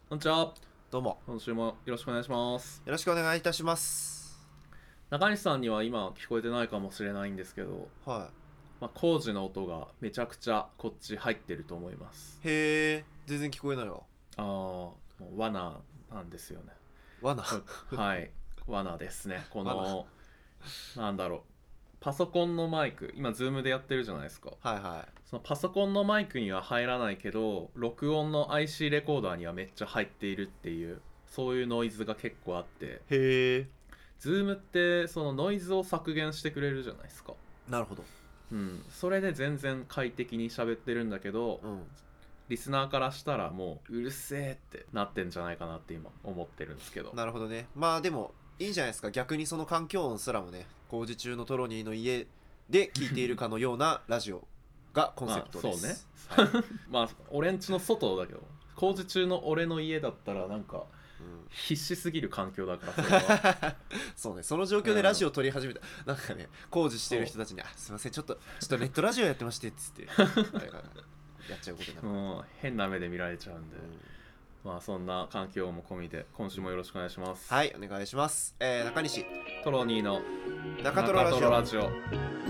こんにちは。 どうも今週もよろしくお願いします。 よろしくお願いいたします。 中西さんには今聞こえてないかもしれないんですけど、 は工事の音がめちゃくちゃこっち入ってると思います。 い。へえ、全然聞こえないわ。 もう罠なんですよね。 罠。 はい、罠ですね。この、 罠。 なんだろう。パソコンのマイク、今ズームでやってるじゃないですか。 はいはい。 そのパソコンのマイクには入らないけど、録音の IC レコーダーにはめっちゃ入っているっていう、そういうノイズが結構あって、 へえ。 ズームってそのノイズを削減してくれるじゃないですか。 なるほど。 それで全然快適に喋ってるんだけど、 うん。 リスナーからしたらもううるせえってなってんじゃないかなって今思ってるんですけど。 なるほどね。まあでも、いいんじゃないですか。逆にその環境音すらもね、工事中のトロニーの家で聞いているかのようなラジオがコンセプトです。 そうね。 はい。 俺んちの外だけど、工事中の俺の家だったらなんかうん必死すぎる環境だからそれは。 そうね、その状況でラジオ撮り始めた、なんかね、工事してる人たちに、すいません、ちょっとネットラジオやってましてっつってあれがやっちゃうことになる。 もう変な目で見られちゃうんで、 うん、 そんな環境も込みで今週もよろしくお願いします。 はい、お願いします。中西トロニーの中トロラジオ。 ラジオ。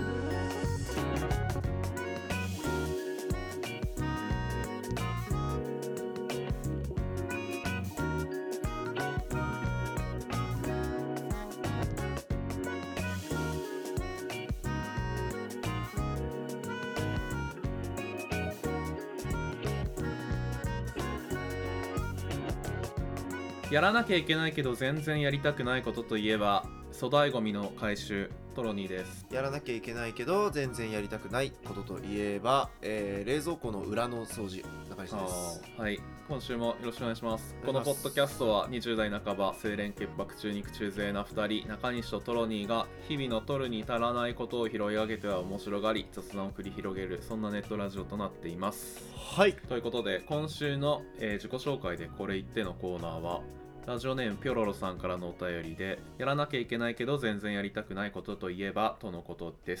やらなきゃいけないけど全然やりたくないことといえば粗大ごみの回収。トロニーです。 やらなきゃいけないけど全然やりたくないことといえば、冷蔵庫の裏の掃除、中西です。 はい、今週もよろしくお願いします。こお願いします。 のポッドキャストは20代半ば清廉潔白中肉中背な2人、中西とトロニーが日々の取るに足らないことを拾い上げては面白がり雑談を繰り広げる、そんなネットラジオとなっています。 はい。 ということで今週の、自己紹介でこれ言ってのコーナーは、ラジオネームピョロロさんからのお便りで、やらなきゃいけないけど全然やりたくないことといえばとのことです。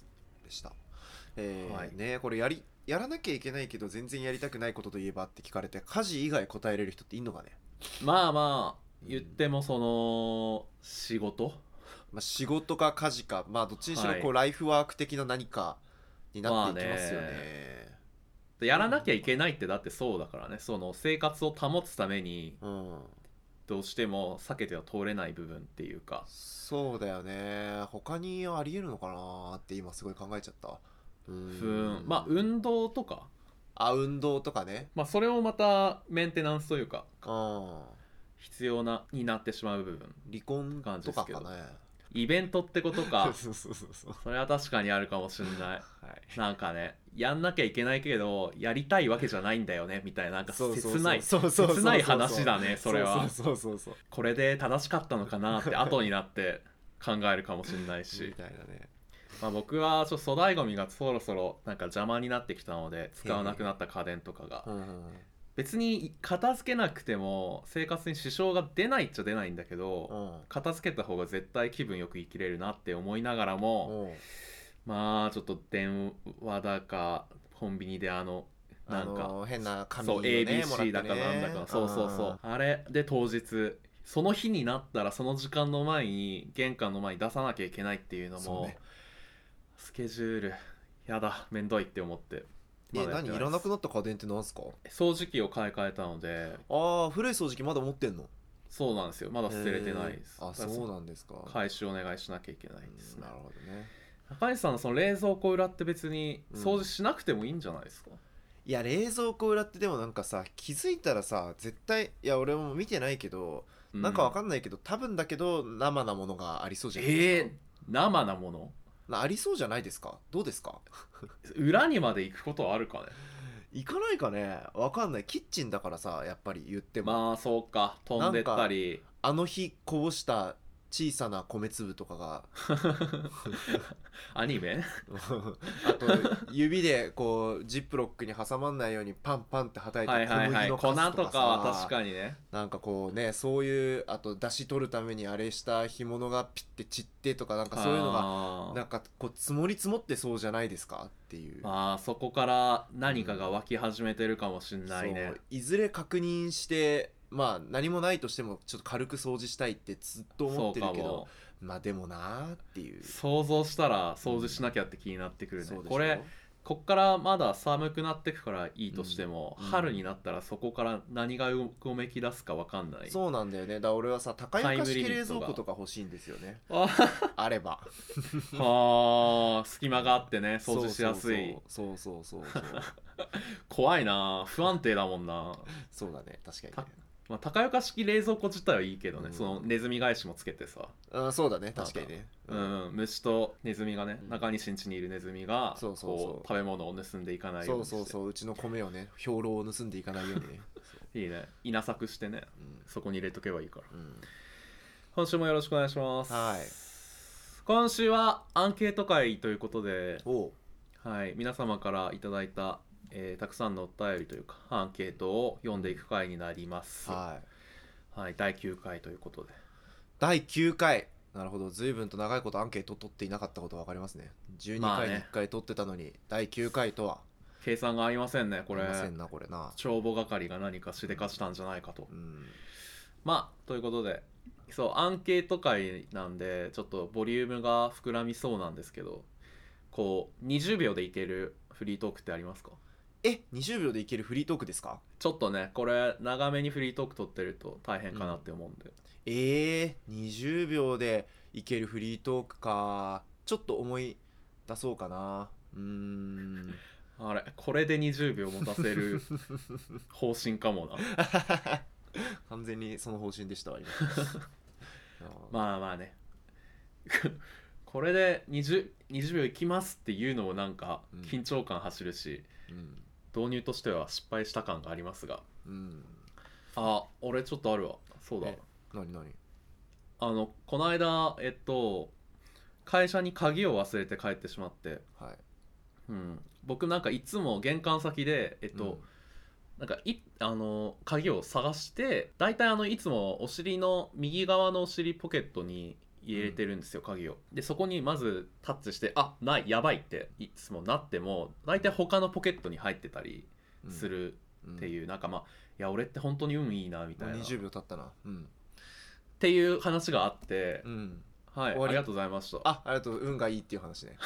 でした。 はい、 ね、これやらなきゃいけないけど全然やりたくないことといえばって聞かれて、家事以外答えれる人っていんのかね。 言ってもその仕事、 仕事か家事か、どっちにしろこう、ライフワーク的な何かになっていきますよね。 やらなきゃいけないってだってそうだからね。その生活を保つためにうん。 どうしても避けては通れない部分っていうか。 そうだよね。他にありえるのかなって今すごい考えちゃった。 運動とか、 運動とかね。 それをまたメンテナンスというかうん。 必要なになってしまう部分離婚とかかね。 イベントってことか。 そうそうそれは確かにあるかもしれない。 はい。 なんかね、やんなきゃいけないけどやりたいわけじゃないんだよねみたいな、なんか切ない話だねそれは。これで正しかったのかなって後になって考えるかもしれないしみたいなね。 僕はちょっと粗大ごみがそろそろなんか邪魔になってきたので、使わなくなった家電とかが、別に片付けなくても生活に支障が出ないっちゃ出ないんだけど、片付けた方が絶対気分よく生きれるなって思いながらも、ちょっと電話だかコンビニでなんか変な紙そうをね ABC だかなんだか、そうあれで当日その日になったらその時間の前に玄関の前に出さなきゃいけないっていうのも、スケジュールやだめんどいって思って。 何いらなくなった家電ってなんすか？ 掃除機を買い替えたので。 古い掃除機まだ持ってんの？ そうなんですよ、まだ捨てれてないです。 そうなんですか。 回収お願いしなきゃいけないですね。 なるほどね。 中西さんのその冷蔵庫裏って別に掃除しなくてもいいんじゃないですか？ いや、冷蔵庫裏ってでもなんかさ、気づいたらさ、絶対、いや俺も見てないけど、なんかわかんないけど多分だけど生なものがありそうじゃないですか。 生なものありそうじゃないですか。どうですか？ 裏にまで行くことはあるかね。 行かないかね。わかんない。キッチンだからさ、やっぱり言ってもそうか、飛んでったり、 あの日こぼした小さな米粒とかがアニメあと指でこうジップロックに挟まんないようにパンパンって叩いて小麦のカスとかさ、 粉とかは確かにね、 なんかこうね、そういう、あと出し取るためにあれした干物がピッて散ってとか、なんかそういうのがなんかこう積もり積もってそうじゃないですかっていう。 そこから何かが湧き始めてるかもしんないね。 そう、いずれ確認してまあ何もないとしてもちょっと軽く掃除したいってずっと思ってるけど、 そうかも。 まあでもなーっていう。 想像したら掃除しなきゃって気になってくるね、 そうでしょ。 これこっからまだ寒くなってくからいいとしても、 うん春になったらそこから何がうごめき出すか分かんない。 そうなんだよね。だから俺はさ、高床式冷蔵庫とか欲しいんですよね。 ああれば。 はあ、隙間があってね、掃除しやすい。 そうそうそうそう怖いな、不安定だもんな。 そうだね、確かにね。 まあ、高床式冷蔵庫自体はいいけどね、 うんそのネズミ返しもつけてさ、 そうだね、確かにね。 虫とネズミがね、 うん中西ん家にいるネズミがそうそうそうこう食べ物を盗んでいかないよそううにして、 そうそう、うちの米をね、兵糧を盗んでいかないようにね。 いいね、稲作してね、 うんそこに入れとけばいいから。 うん今週もよろしくお願いします。 はい。 今週はアンケート会ということで、 おうはい、皆様からいただいた、たくさんのお便りというかアンケートを読んでいく回になります。 はい。 はい、第9回ということで。 第9回。なるほど、随分と長いことアンケート取っていなかったことが分かりますね。12回に1回取ってたのに、第9回とは計算が合いませんね、これ。 ありませんな、これな。 帳簿係が何かしでかしたんじゃないかと。 うんまあ、ということで、そう、アンケート会なんで、ちょっとボリュームが膨らみそうなんですけど、こう、20秒でいけるフリートークってありますか？ 20秒でいけるフリートークですか？ ちょっとね、これ、長めにフリートーク取ってると大変かなって思うんで。 20秒でいけるフリートークか。ちょっと思い出そうかな。 あれ、これで20秒持たせる方針かもな。 完全にその方針でしたわ今。 まあまあね。これで20秒いきますっていうのもなんか緊張感走るし、導入としては失敗した感がありますが、あ、俺ちょっとあるわ。そうだ、 何この間会社に鍵を忘れて帰ってしまって、 はい、 僕なんかいつも玄関先でなんか鍵を探して、大体いつもお尻の右側のお尻ポケットに入れてるんですよ、鍵を。でそこにまずタッチして、あ、ないやばいっていつもなっても、大体他のポケットに入ってたりするっていう、なんかまあ、いや俺って本当に運いいなみたいな、 20秒経ったな、 っていう話があって、はい、ありがとうございました。 ありがとう、運がいいっていう話ね。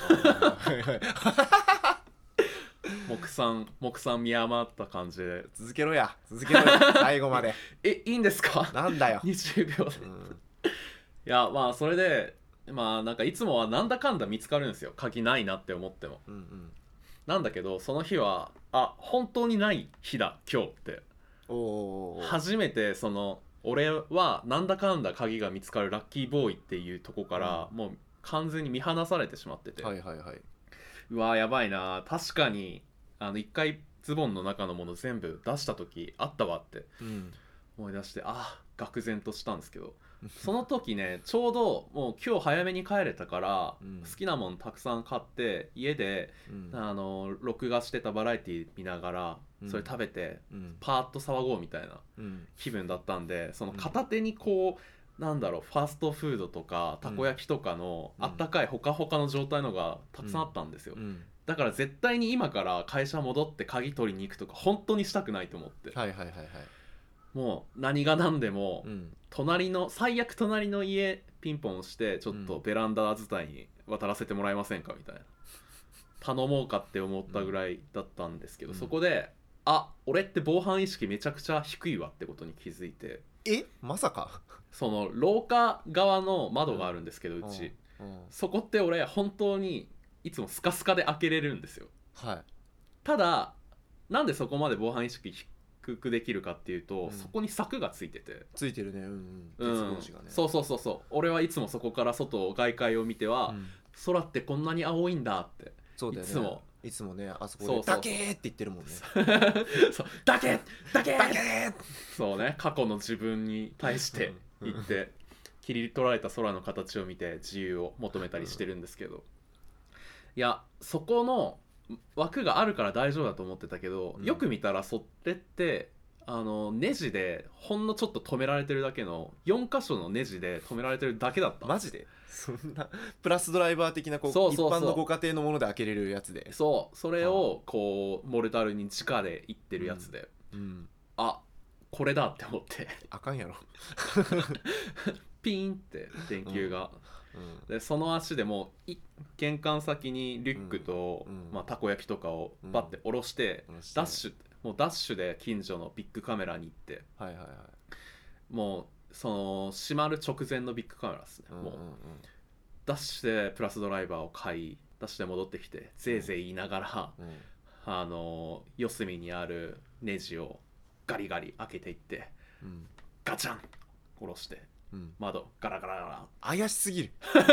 木さん見余った感じで続けろや最後まで。 いいんですか？ なんだよ 20秒で、いやまあそれでまあなんかいつもはなんだかんだ見つかるんですよ、鍵ないなって思っても、なんだけどその日は本当にない日だ今日って、初めてその俺はなんだかんだ鍵が見つかるラッキーボーイっていうとこからもう完全に見放されてしまってて、うわやばいな、確かに一回ズボンの中のもの全部出した時あったわって思い出して、愕然としたんですけど、その時ねちょうどもう今日早めに帰れたから、好きなものたくさん買って家で、録画してたバラエティ見ながらそれ食べて、パーッと騒ごうみたいな気分だったんで、その片手にこうなんだろう、ファストフードとかたこ焼きとかのあったかいほかほかの状態のがたくさんあったんですよ、だから絶対に今から会社戻って鍵取りに行くとか本当にしたくないと思って、もう何が何でも、最悪隣の家ピンポンしてちょっとベランダ伝いに渡らせてもらえませんかみたいな頼もうかって思ったぐらいだったんですけど、そこで俺って防犯意識めちゃくちゃ低いわってことに気づいて、 まさかその廊下側の窓があるんですけど、うちそこって俺本当にいつもスカスカで開けれるんですよ。ただなんでそこまで防犯意識低くできるかっていうと、そこに柵がついてて、 ついてるね、 そう俺はいつもそこから外界を見ては、空ってこんなに青いんだって、 いつもねあそこでだけーって言ってるもんね。 そうだけそうね、過去の自分に対して言って切り取られた空の形を見て自由を求めたりしてるんですけど、いやそこの枠があるから大丈夫だと思ってたけど、よく見たらそれってネジでほんのちょっと止められてるだけの4箇所のネジで止められてるだけだった。 マジで？そんなプラスドライバー的な一般のご家庭のもので開けれるやつで、 それをこうモルタルに直でいってるやつで、 これだって思ってあかんやろピーンって電球が、 うんでその足でもう玄関先にリュックと、まあ、たこ焼きとかをバッて下ろして、ダッシュで近所のビッグカメラに行って、 はいはいはい、 もうその閉まる直前のビッグカメラですね、もうダッシュでプラスドライバーを買い、ダッシュで戻ってきてぜいぜい言いながら、四隅にあるネジをガリガリ開けていって、ガチャン殺して、窓ガラガラガラ怪しすぎる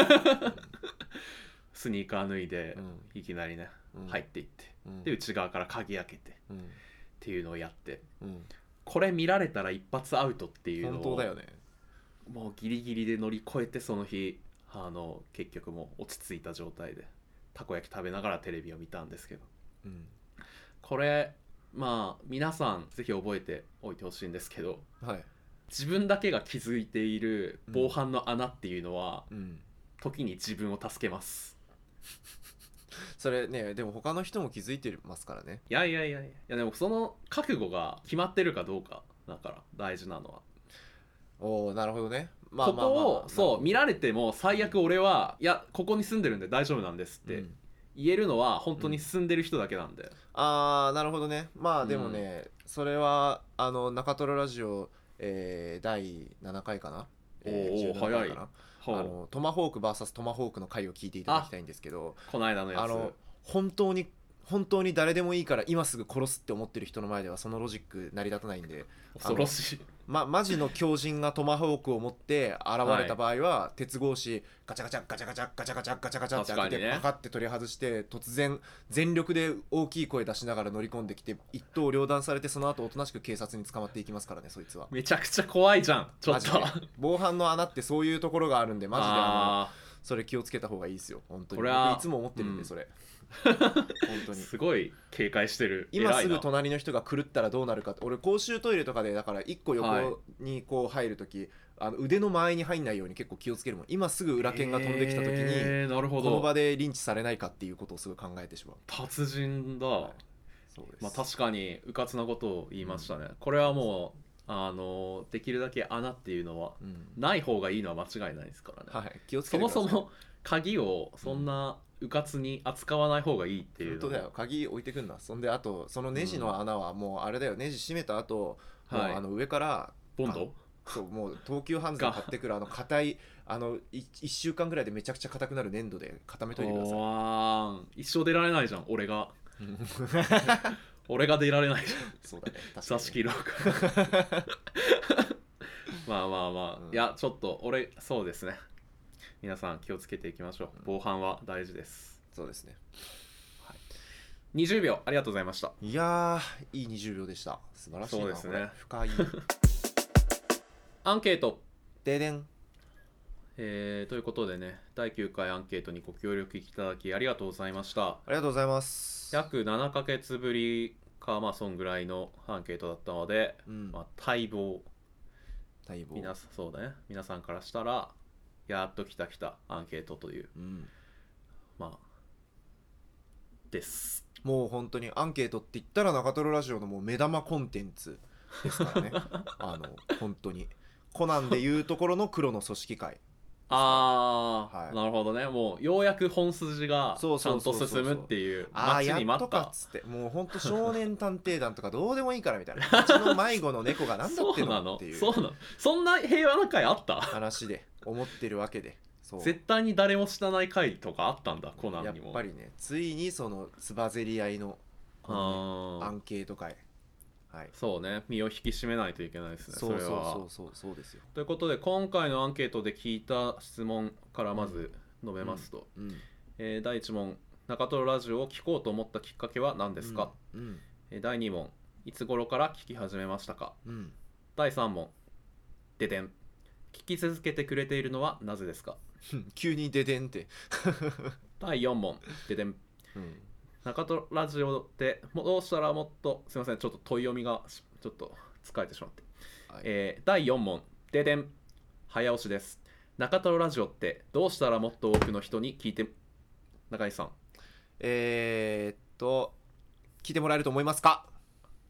スニーカー脱いで、いきなりね、入っていって、で内側から鍵開けて、っていうのをやって、これ見られたら一発アウトっていうのを本当だよね、 もうギリギリで乗り越えて、その日結局もう落ち着いた状態でたこ焼き食べながらテレビを見たんですけど、これまあ皆さんぜひ覚えておいてほしいんですけど、 はい、 自分だけが気づいている防犯の穴っていうのは、時に自分を助けます。 それね、でも他の人も気づいてますからね。 いやでもその覚悟が決まってるかどうかだから大事なのは。 おお、なるほどね。 ここをそう見られても最悪俺はいやここに住んでるんで大丈夫なんですって言えるのは本当に住んでる人だけなんで、 ああなるほどね。まあでもね、それは中トロラジオ、第7回かな、 おお早いかな、トマホーク VS トマホークの回を聞いていただきたいんですけど、 この間のやつ本当に誰でもいいから今すぐ殺すって思ってる人の前ではそのロジック成り立たないんで、 恐ろしい。 マジの狂人がトマホークを持って現れた場合は、鉄格子ガチャガチャガチャガチャガチャガチャガチャガチャって開けて、パカって取り外して、突然全力で大きい声出しながら乗り込んできて一刀両断されて、その後おとなしく警察に捕まっていきますからね、そいつは。 めちゃくちゃ怖いじゃん。ちょっと防犯の穴ってそういうところがあるんで、マジでそれ気をつけた方がいいですよ本当に。僕いつも思ってるんで、それ本当にすごい警戒してる。 今すぐ隣の人が狂ったらどうなるかって。俺公衆トイレとかでだから1個横にこう入るとき、腕の間合いに入んないように結構気をつけるもん。今すぐ裏剣が飛んできたときに、 なるほど、 この場でリンチされないかっていうことをすぐ考えてしまう。 達人だ、 そうです。 まあ確かにうかつなことを言いましたね、これはもうできるだけ穴っていうのはない方がいいのは間違いないですからね、 気をつけてください。 そもそも鍵をそんなうかつに扱わない方がいいっていうの、 本当だよ、鍵置いてくんな。そんであとそのネジの穴はもうあれだよ、ネジ閉めた後、もう上からボンド、 そうもう東急ハンズで買ってくる硬い1週間ぐらいでめちゃくちゃ硬くなる粘土で固めといてください。一生出られないじゃん俺が俺が出られないじゃん。 そうだね、 座敷廊下まあ、いやちょっと俺そうですね、皆さん気をつけていきましょう。防犯は大事です。 そうですね、 20秒ありがとうございました。 いやーいい20秒でした。素晴らしいな。 そうですね、 深いアンケートででん、 ということでね、第9回アンケートにご協力いただきありがとうございました。 ありがとうございます。 約7ヶ月ぶりか、まあそんぐらいのアンケートだったので、待望そうだね、皆さんからしたらやっと来たアンケートという、まあですもう本当にアンケートって言ったら中トロラジオのもう目玉コンテンツですからね本当にコナンでいうところの黒の組織会。 なるほどね。もうようやく本筋がちゃんと進むっていう、待ちに待った。 やっとかっつって、もうほんと少年探偵団とかどうでもいいからみたいな、うちの迷子の猫が何だってのっていう、 そんな平和な回あった話で思ってるわけで、 絶対に誰も知らない回とかあったんだ、コナンにも。 やっぱりね、ついにそのつばぜり合いのアンケート会、 そうね、身を引き締めないといけないですね。 そうですよ。 ということで今回のアンケートで聞いた質問からまず述べますと、第1問、中トロラジオを聞こうと思ったきっかけは何ですか。第2問、いつ頃から聞き始めましたか。第3問、ででん、聞き続けてくれているのはなぜですか。 急にででんって第4問、ででん、中トロラジオでどうしたらもっと、すいませんちょっと問い読みがちょっと疲れてしまって、第4問、ででん、早押しです。中トロラジオってどうしたらもっと多くの人に聞いて、中西さん聞いてもらえると思いますか。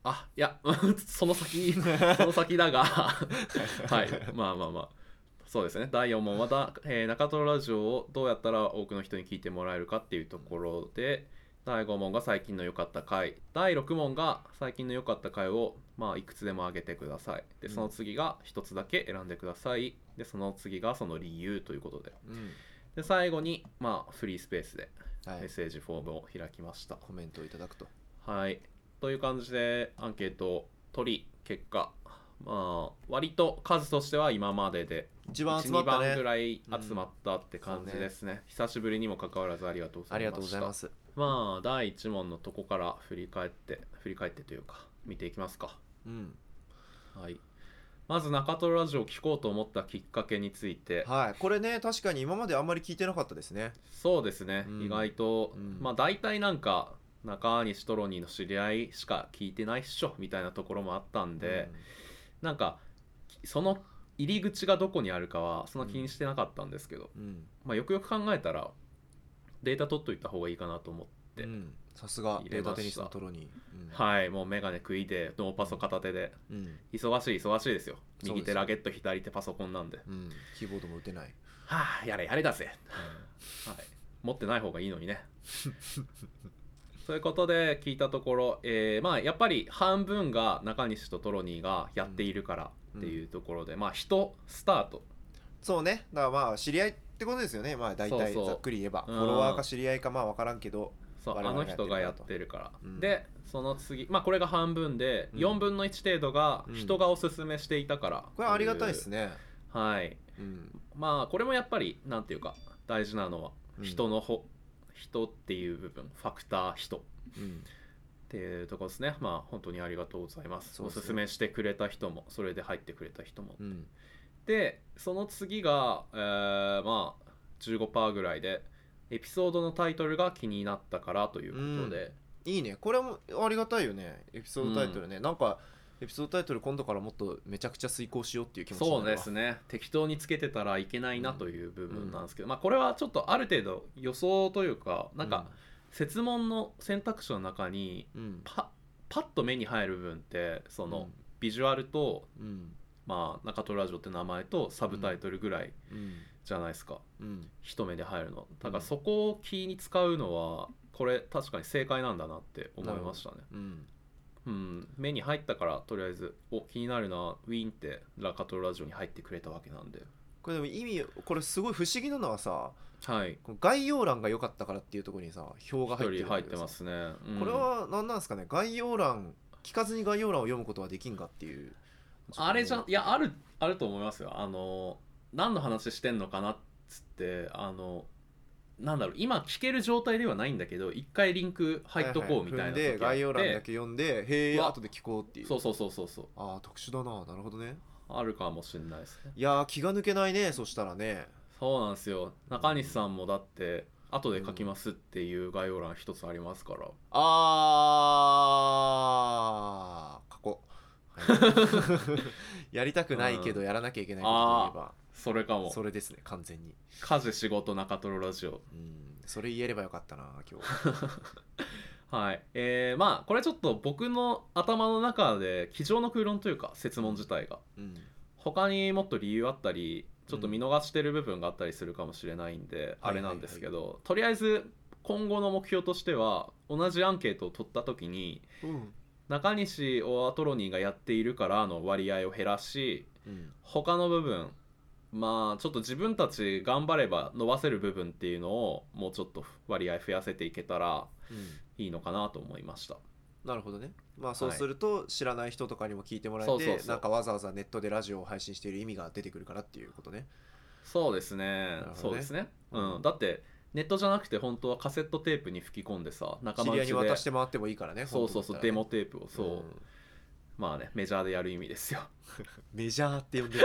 いやその先だがはいまあまあまあそうですね。第4問は中トロラジオをどうやったら多くの人に聞いてもらえるかっていうところで、第5問が最近の良かった回、第6問が最近の良かった回をいくつでも上げてください。でその次が1つだけ選んでください。でその次がその理由ということで、で最後にフリースペースでメッセージフォームを開きました。 コメントをいただくと。 はいという感じでアンケートを取り、結果割と数としては今までで一番集まったね。 1、2番ぐらい集まったって感じですね。久しぶりにもかかわらずありがとうございました。 ありがとうございます。 第1問のとこから振り返ってというか見ていきますか。はい。まず中トロラジオを聞こうと思ったきっかけについて。 はい。これね、確かに今まであんまり聞いてなかったですね。 そうですね。意外と、大体なんか中西トロニーの知り合いしか聞いてないっしょみたいなところもあったんで、なんかその入り口がどこにあるかはそんな気にしてなかったんですけど、よくよく考えたらデータ取っといた方がいいかなと思って、 さすがデータテニスのトロニー、はい、もうメガネ食いでノーパソ片手で、忙しいですよ。右手ラケット、左手パソコンなんで、 キーボードも打てない。 やれだぜ、はい、持ってない方がいいのにねということで聞いたところ、やっぱり半分が中西とトロニーがやっているからっていうところで、人スタート。 そうね。だから知り合いってことですよね。大体ざっくり言えばフォロワーか知り合いか分からんけど、 あの人がやってるから、でその次これが半分で、4分の1程度が人がおすすめしていたから、 これはありがたいですね。 はい、これもやっぱりなんていうか大事なのは人っていう部分、ファクター人、っていうところですね。本当にありがとうございます。おすすめしてくれた人もそれで入ってくれた人も、でその次が、15% ぐらいでエピソードのタイトルが気になったからということで、 いいね。これもありがたいよね。エピソードタイトルね、なんかエピソードタイトル今度からもっとめちゃくちゃ遂行しようっていう気持ちになるわ。 そうですね。適当につけてたらいけないなという部分なんですけど、これはちょっとある程度予想というか、なんか設問の選択肢の中にパッと目に入る部分ってそのビジュアルと、中トロラジオって名前とサブタイトルぐらいじゃないですか、一目で入るの。だからそこをキーに使うのはこれ確かに正解なんだなって思いましたね。目に入ったからとりあえず気になるな、ウィーンって中トロラジオに入ってくれたわけなんで。 これでもこれすごい不思議なのはさ、 はい、 この概要欄が良かったからっていうところにさ表が入ってる。 入ってますね、 これは何なんですかね。概要欄聞かずに概要欄を読むことはできんかっていう。 あれじゃ、いや、あると思いますよ。何の話してんのかなっつってなんだろう、今聞ける状態ではないんだけど一回リンク入っとこうみたいな時で概要欄だけ読んで、へえ後で聞こうっていう。 そう。 ああ特殊だな。なるほどね。 あるかもしれないですね。 いや気が抜けないね。そしたらね。 そうなんですよ。中西さんもだって後で書きますっていう概要欄一つありますから、 書こうやりたくないけどやらなきゃいけないことといえばそれかも。 それですね。完全に家事仕事中トロラジオ、 それ言えればよかったな今日はい。これちょっと僕の頭の中で机上の空論というか設問自体が、他にもっと理由あったりちょっと見逃してる部分があったりするかもしれないんで、あれなんですけど、とりあえず今後の目標としては同じアンケートを取った時に、中西オアトロニーがやっているからの割合を減らし、他の部分ちょっと自分たち頑張れば伸ばせる部分っていうのをもうちょっと割合増やせていけたらいいのかなと思いました。 なるほどね。そうすると知らない人とかにも聞いてもらえて、なんかわざわざネットでラジオを配信している意味が出てくるからっていうことね。 そうですね。そうですね。だってネットじゃなくて本当はカセットテープに吹き込んでさ、仲間内で知り合いに渡して回ってもいいからね。 そうデモテープをメジャーでやる意味ですよメジャーって呼んでる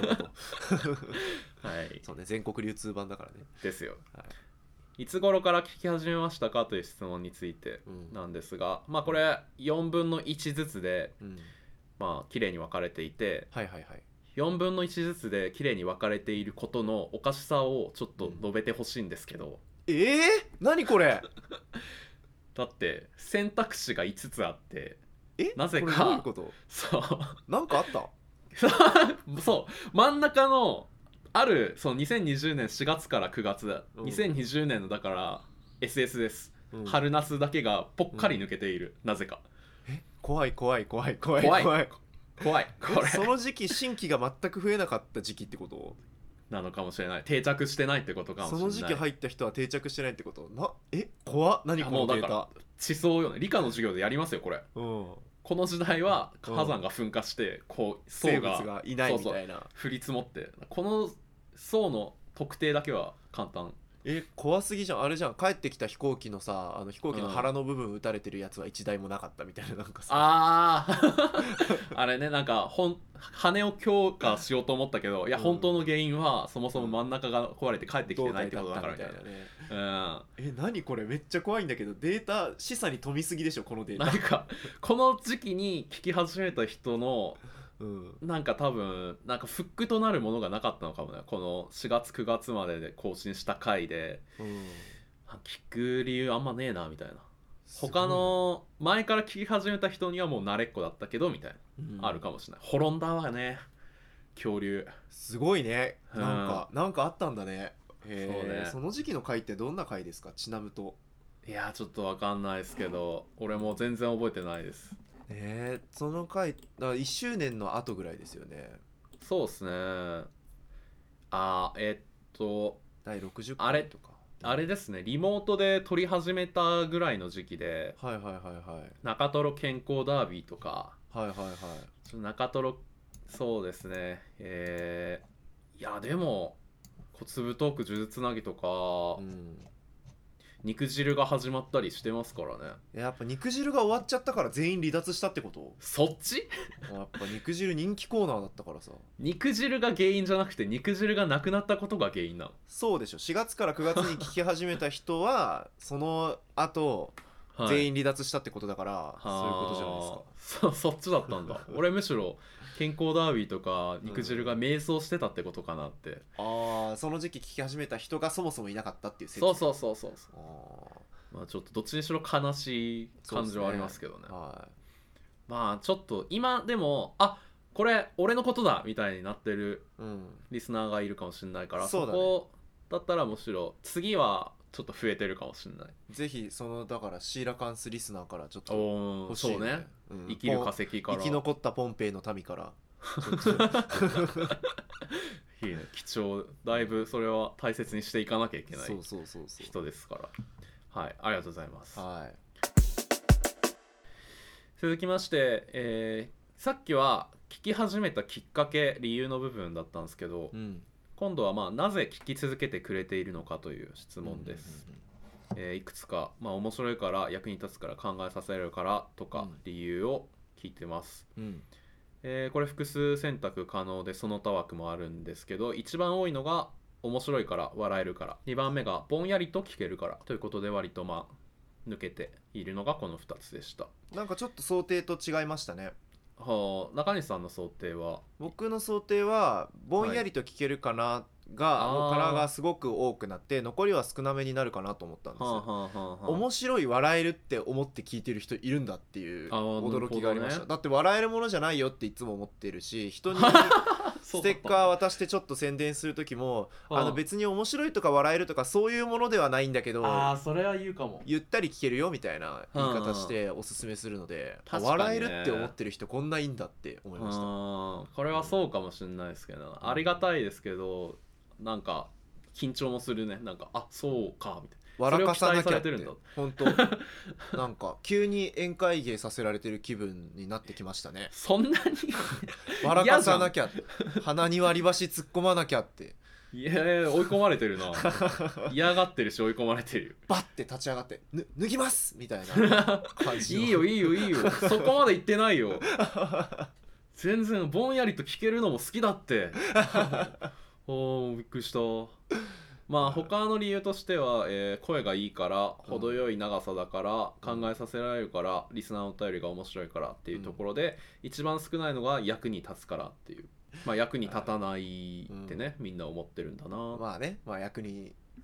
はい、 そうね、全国流通版だからね。 ですよ。いつ頃から聞き始めましたかという質問についてなんですが、これ4分の1ずつで、綺麗に分かれていて、4分の1ずつで綺麗に分かれていることのおかしさをちょっと述べてほしいんですけど、 何これだって選択肢が5つあってなぜこれどういうかことそうなんかあったそう真ん中のあるその2020年4月から9月、2020年のだから SS です、春ナスだけがぽっかり抜けている、なぜか怖い怖いこれその時期新規が全く増えなかった時期ってこと？ なのかもしれない。定着してないってことかもしれない。 その時期入った人は定着してないってこと？怖っ、何このデータ。 地層よね、理科の授業でやりますよこれ。この時代は火山が噴火してこう生物がいないみたいな、 降り積もって、この層の特定だけは簡単。 怖すぎじゃん。あれじゃん、帰ってきた飛行機のさ、飛行機の腹の部分撃たれてるやつは一台もなかったみたいな、なんかさあれね、なんか羽を強化しようと思ったけど、いや本当の原因はそもそも真ん中が壊れて帰ってきてないってことだからみたいなね。 何これめっちゃ怖いんだけど、データ示唆に富みすぎでしょこのデータ。 なんかこの時期に聞き始めた人のなんか多分なんかフックとなるものがなかったのかもね、この4月9月までで更新した回で、聞く理由あんまねえなみたいな。他の前から聞き始めた人にはもう慣れっこだったけどみたいな、あるかもしれない。滅んだわね恐竜。 すごいね。なんかあったんだね。 そうね。 その時期の回ってどんな回ですか、ちなむと。 いやちょっとわかんないですけど、俺も全然覚えてないです。 その回だから1周年の後ぐらいですよね。 そうっすね。第 60回とかあれですね、リモートで撮り始めたぐらいの時期で、中トロ健康ダービーとか、中トロ、そうですね、いやでも小粒トーク呪術つなぎとか、肉汁が始まったりしてますからね。 やっぱ肉汁が終わっちゃったから全員離脱したってこと？ そっちやっぱ肉汁人気コーナーだったからさ。 肉汁が原因じゃなくて肉汁がなくなったことが原因なの？ そうでしょ。4月から9月に聞き始めた人はその後全員離脱したってことだから、そういうことじゃないですか。 そっちだったんだ。俺むしろ健康ダービーとか肉汁が迷走してたってことかなって、 その時期聞き始めた人がそもそもいなかったっていう説。 そうまあちょっとどっちにしろ悲しい感じはありますけどね。まあちょっと今でもこれ俺のことだみたいになってるリスナーがいるかもしれないから、そこだったらむしろ次はちょっと増えてるかもしれない。 ぜひだからシーラカンスリスナーからちょっと欲しい、 そうね、生きる化石から生き残ったポンペイの民からいいね、貴重。だいぶそれは大切にしていかなきゃいけない人ですから。はい、ありがとうございます。続きまして、さっきは聞き始めたきっかけ理由の部分だったんですけど、今度はなぜ聞き続けてくれているのかという質問です。いくつか、面白いから役に立つから考えさせられるからとか理由を聞いてます。これ複数選択可能でその他枠もあるんですけど、一番多いのが面白いから笑えるから、2番目がぼんやりと聞けるからということで、割と抜けているのがこの2つでした。 なんかちょっと想定と違いましたね。 中西さんの想定は？ 僕の想定はぼんやりと聞けるかながすごく多くなって、残りは少なめになるかなと思ったんですよ。面白い笑えるって思って聞いてる人いるんだっていう驚きがありました。だって笑えるものじゃないよっていつも思ってるし、人にステッカー渡してちょっと宣伝する時も別に面白いとか笑えるとかそういうものではないんだけど、 それは言うかも、 ゆったり聞けるよみたいな言い方しておすすめするので、笑えるって思ってる人こんないいんだって思いました。 これはそうかもしれないですけど、ありがたいですけど、なんか緊張もするね。なんかそうかみたいな、 笑かさなきゃって本当なんか急に宴会芸させられてる気分になってきましたね。 そんなに笑かさなきゃって鼻に割り箸突っ込まなきゃって。 いや追い込まれてるな嫌がってるし追い込まれてる。 バッて立ち上がって脱ぎますみたいな感じいいよそこまで言ってないよ全然ぼんやりと聞けるのも好きだってびっくりした。他の理由としては、声がいいから、程よい長さだから、考えさせられるから、リスナーのお便りが面白いからっていうところで、一番少ないのが役に立つからっていう。役に立たないってね、みんな思ってるんだな。 役に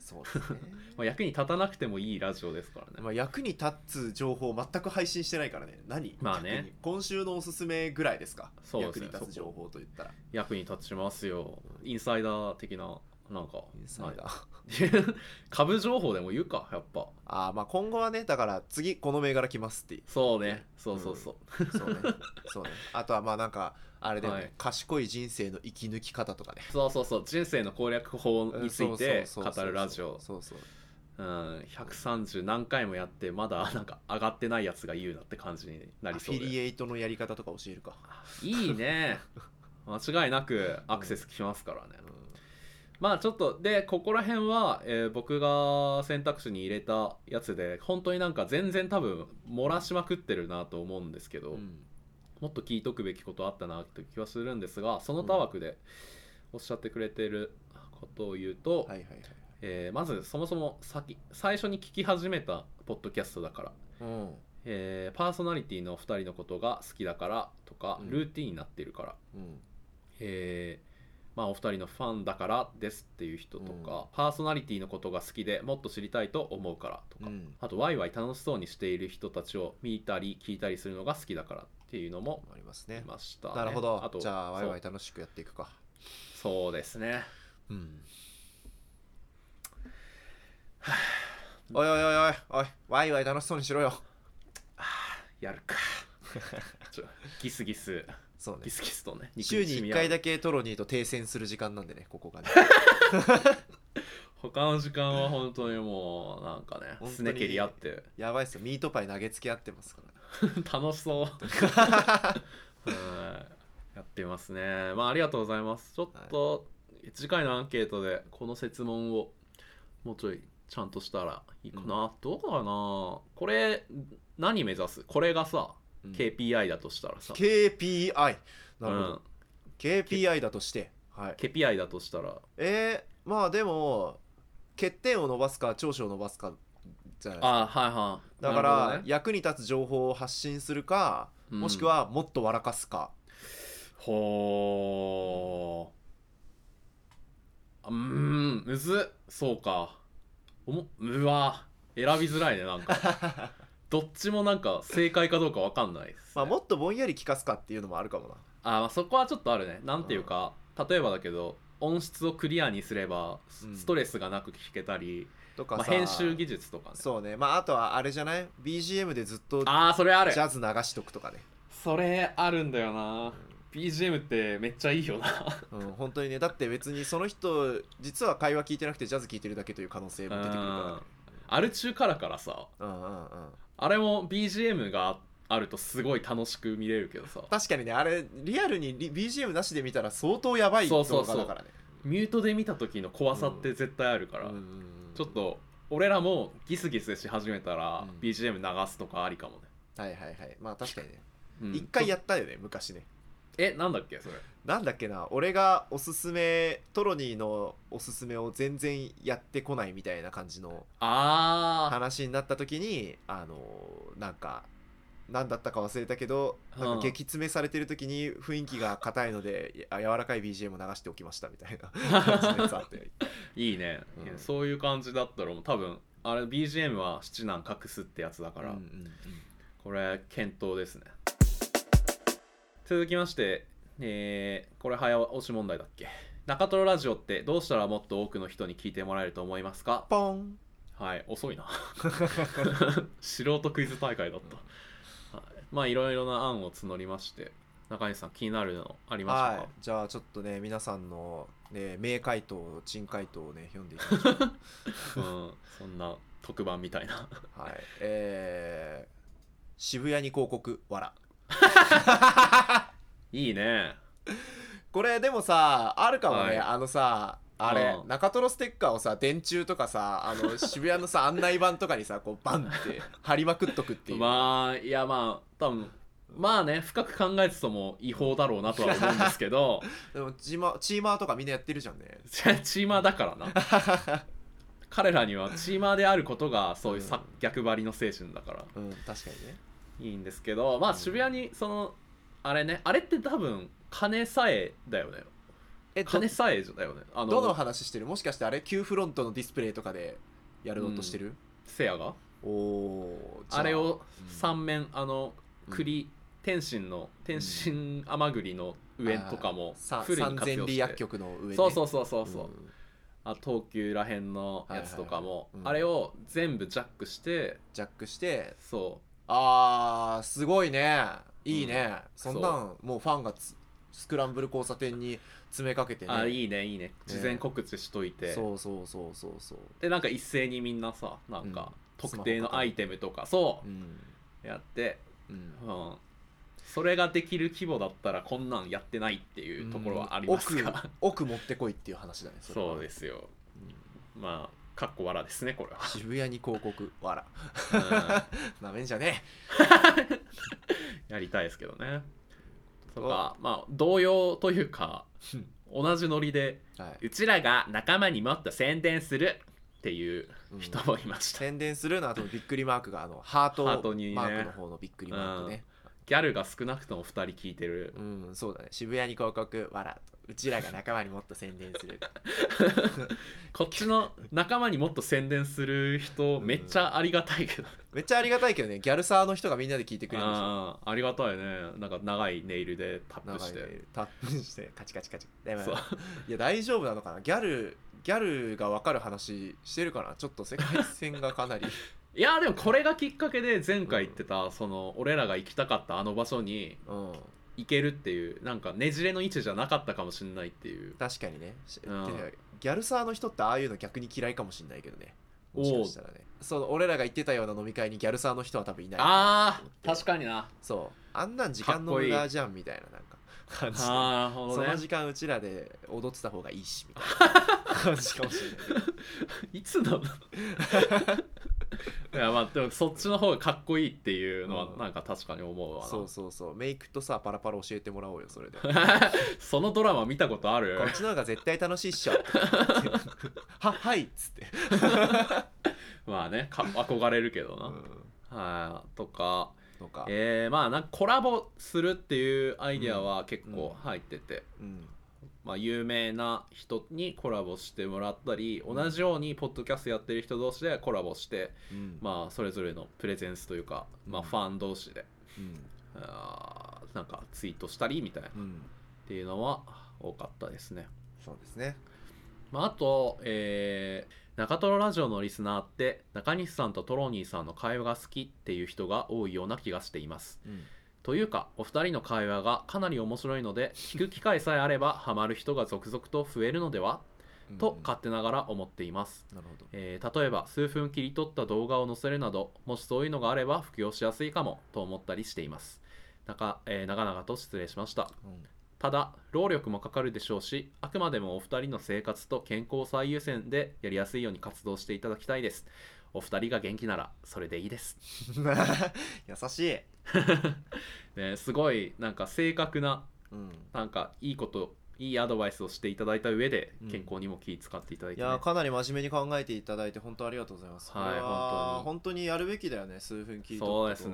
そうですねまあ役に立たなくてもいいラジオですからね。 まあ役に立つ情報を全く配信してないからね。何まあね、 逆に今週のおすすめぐらいですか。 そうですね、 役に立つ情報といったら役に立ちますよ。インサイダー的な、なんかインサイダー株情報でも言うか、やっぱ。 まあ今後はね、だから次この銘柄来ますってそうね、そうそうそう、 そうねそうね。あとはまあなんかあれだよね、 はい賢い人生の生き抜き方とかね。 そうそうそう、人生の攻略法について語るラジオ。 そうそう、 うん、130何回もやってまだなんか上がってないやつが言うなって感じになりそうで。 アフィリエイトのやり方とか教えるか。 いいね、間違いなくアクセスきますからね。まあちょっとでここら辺は、僕が選択肢に入れたやつで本当になんか全然多分漏らしまくってるなと思うんですけど、もっと聞いとくべきことあったなという気はするんですが、その他枠でおっしゃってくれてることを言うと、まずそもそも最初に聞き始めたポッドキャストだから、パーソナリティの2人のことが好きだからとか、ルーティンになっているから、まあお二人のファンだからですっていう人とか、パーソナリティのことが好きでもっと知りたいと思うからとか、あとワイワイ楽しそうにしている人たちを見たり聞いたりするのが好きだからっていうのもありますね。 いましたね。 なるほど。 あとじゃあワイワイ楽しくやっていくか。 そうですね。 おいおいおいおいおい、ワイワイ楽しそうにしろよ。 やるかギスギス、 そうね、 ギスギスとね、 週に1回だけトロニーと停戦する時間なんでね、ここがね他の時間は本当にもうなんかね、すね蹴り合ってやばいっすよ、ミートパイ投げつけ合ってますからね楽しそうやってますね。まあありがとうございます。ちょっと、次回のアンケートでこの設問をもうちょいちゃんとしたらいいかな、どうかな。これ何目指す？これがさ、KPI だとしたらさ KPI なるほど、KPI だとして、 KPI だとしたらまあでも欠点を伸ばすか長所を伸ばすかじゃないですか。だから、役に立つ情報を発信するか、もしくはもっと笑かすか。 ほー、むずっ。そうか、うわ選びづらいね、なんかどっちもなんか正解かどうか分かんないです、ね。 まあもっとぼんやり聞かすかっていうのもあるかもな。 まあそこはちょっとあるね。なんていうか、例えばだけど音質をクリアにすればストレスがなく聞けたり、 とかまあ、編集技術とかね。 そうね、まああとはあれじゃない、 BGM でずっとそれある、 ジャズ流しとくとかね。 それあるんだよな、BGM ってめっちゃいいよな本当にね。だって別にその人実は会話聞いてなくてジャズ聞いてるだけという可能性も出てくるからね。 アル中からさ、あれも BGM があるとすごい楽しく見れるけどさ、 確かにね、あれリアルにBGM なしで見たら相当やばい動画だからね。 ミュートで見た時の怖さって絶対あるから、ちょっと俺らもギスギスし始めたら BGM 流すとかありかもね。 まあ確かにね、一回やったよね昔ね。 なんだっけそれ。 なんだっけな、俺がおすすめトロニーのおすすめを全然やってこないみたいな感じの話になった時に、なんか何だったか忘れたけど、なんか激詰めされてる時に雰囲気が硬いので柔らかい BGM を流しておきましたみたいな感じのやつあっていいね、そういう感じだったら多分あれ BGM は七難隠すってやつだから、これ検討ですね。続きまして、これ早押し問題だっけ。中トロラジオってどうしたらもっと多くの人に聞いてもらえると思いますか？ ポン。 遅いな素人クイズ大会だった、まあいろいろな案を募りまして、中西さん気になるのありましたか？ じゃあちょっとね、皆さんの、名回答珍回答をね読んでいきましょうそんな特番みたいな渋谷に広告わらいいね。 これでもさあるかもね、あれ中トロステッカーをさ電柱とかさ渋谷のさ案内板とかにさこうバンって貼りまくっとくっていう。 多分まあね、深く考えてても違法だろうなとは思うんですけどでもチーマーとかみんなやってるじゃんねチーマーだからな彼らにはチーマーであることがそういう逆張りの精神だから、 確かにねいいんですけど、まあ渋谷にあれって多分金さえだよね。 金さえだよね。 どの話してる？もしかしてあれ Q フロントのディスプレイとかでやろうとしてる？ セアがおお、 あれを3面栗天津甘栗の上とかもフルに活用して、 三千里薬局の上ね、 そう、東急らへんのやつとかも、あれを全部ジャックしてそうすごいね、いいね、そんなんもうファンがスクランブル交差点に詰めかけてね、 いいね事前告知しといて、 そうでなんか一斉にみんなさなんか特定のアイテムとかやって、それができる規模だったらこんなんやってないっていうところはありますか。 奥持ってこいっていう話だね。 そうですよ、まあかっこわらですねこれは。 渋谷に広告わらなめんじゃねえやりたいですけどね。とかまあ同様というか同じノリで、うちらが仲間にもっと宣伝するっていう人もいました。 宣伝するのあとびっくりマークがハートにマークの方のびっくりマークね。 ギャルが少なくとも2人聞いてる。 そうだね。渋谷に広告わら、うちらが仲間にもっと宣伝するこっちの仲間にもっと宣伝する人めっちゃありがたいけど、 めっちゃありがたいけどね。ギャルサーの人がみんなで聞いてくれるでしょ。 ありがたいね。なんか長いネイルでタップしてカチカチでもいや大丈夫なのかな。ギャルが分かる話してるかな。ちょっと世界線がかなりいやでもこれがきっかけで前回言ってた、その俺らが行きたかったあの場所に行けるっていう、なんかねじれの位置じゃなかったかもしれないっていう。 確かにね、ギャルサーの人ってああいうの逆に嫌いかもしれないけどね。もしかしたらね、その俺らが行ってたような飲み会にギャルサーの人は多分いない。 確かにな。 そうあんなん時間の無駄じゃんみたいななんか感じで、 なるほどね、 その時間うちらで踊ってた方がいいしみたいな感じかもしれないいつなのいやまあでもそっちの方がかっこいいっていうのはなんか確かに思うわな。 そうメイクとさパラパラ教えてもらおうよそれでそのドラマ見たことある？ こっちの方が絶対楽しいっしょはいっつってまあね憧れるけどな、とかまあなんかコラボするっていうアイディアは結構入ってて、まあ、有名な人にコラボしてもらったり、同じようにポッドキャストやってる人同士でコラボして、まあそれぞれのプレゼンスというか、まあファン同士で、なんかツイートしたりみたいな、っていうのは多かったですね。 そうですね。 まああと、中トロラジオのリスナーって中西さんとトロニーさんの会話が好きっていう人が多いような気がしています。というかお二人の会話がかなり面白いので聞く機会さえあればハマる人が続々と増えるのでは、と勝手ながら思っています。 なるほど。 例えば数分切り取った動画を載せるなど、もしそういうのがあれば布教しやすいかもと思ったりしています。長々と失礼しました。ただ労力もかかるでしょうし、あくまでもお二人の生活と健康最優先でやりやすいように活動していただきたいです。お二人が元気ならそれでいいです優しいね、すごいなんか正確な、なんかいいアドバイスをしていただいた上で健康にも気使っていただいて、 いやかなり真面目に考えていただいて本当ありがとうございます。本当にやるべきだよね。数分切り取ってそうですね。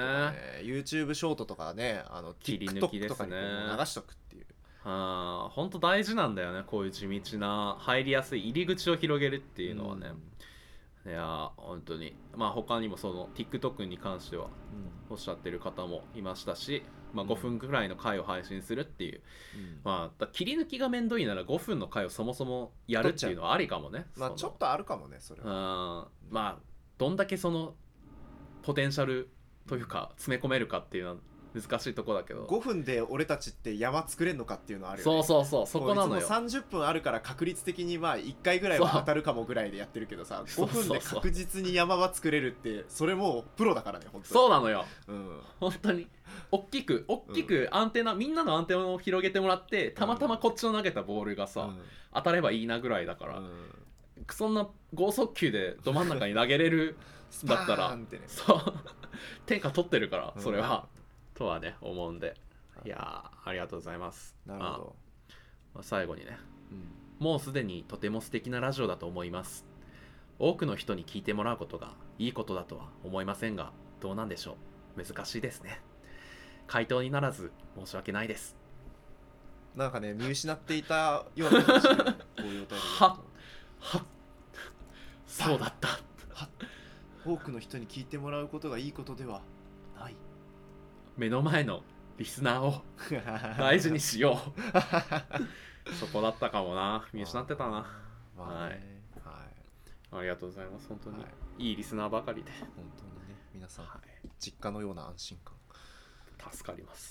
YouTube ショートとかね、 切り抜きですね。 TikTok とかに流しとくっていう、 本当大事なんだよね。こういう地道な入りやすい入り口を広げるっていうのはね、いや本当にまあ他にもその TikTok に関してはおっしゃってる方もいましたし、まあ、5分くらいの回を配信するっていう、まあ切り抜きがめんどいなら5分の回をそもそもやるっていうのはありかもね。 まあちょっとあるかもねそれは。 まあどんだけそのポテンシャルというか詰め込めるかっていうのは難しいとこだけど、 5分で俺たちって山作れんのかっていうのはあるよね。 そうそこなのよ。 30分あるから確率的にまあ1回ぐらいは当たるかもぐらいでやってるけどさ、5分で確実に山は作れるってそれもうプロだからね本当に。 そうなのよ、本当に大きくアンテナ、みんなのアンテナを広げてもらって、たまたまこっちの投げたボールがさ、当たればいいなぐらいだから、そんな剛速球でど真ん中に投げれるだったらそう天下取ってるからそれは、とはね思うんで、いやありがとうございます。 なるほど。 最後にね、もうすでにとても素敵なラジオだと思います。多くの人に聞いてもらうことがいいことだとは思いませんが、どうなんでしょう。難しいですね。回答にならず申し訳ないです。 なんかね見失っていたような気がするはそうだった多くの人に聞いてもらうことがいいことではない目の前のリスナーを大事にしようそこだったかもな。見失ってたな。 まあね、 はい、 はい、 ありがとうございます。本当に、 はい、 いいリスナーばかりで本当にね皆さん、 はい、 実家のような安心感助かります。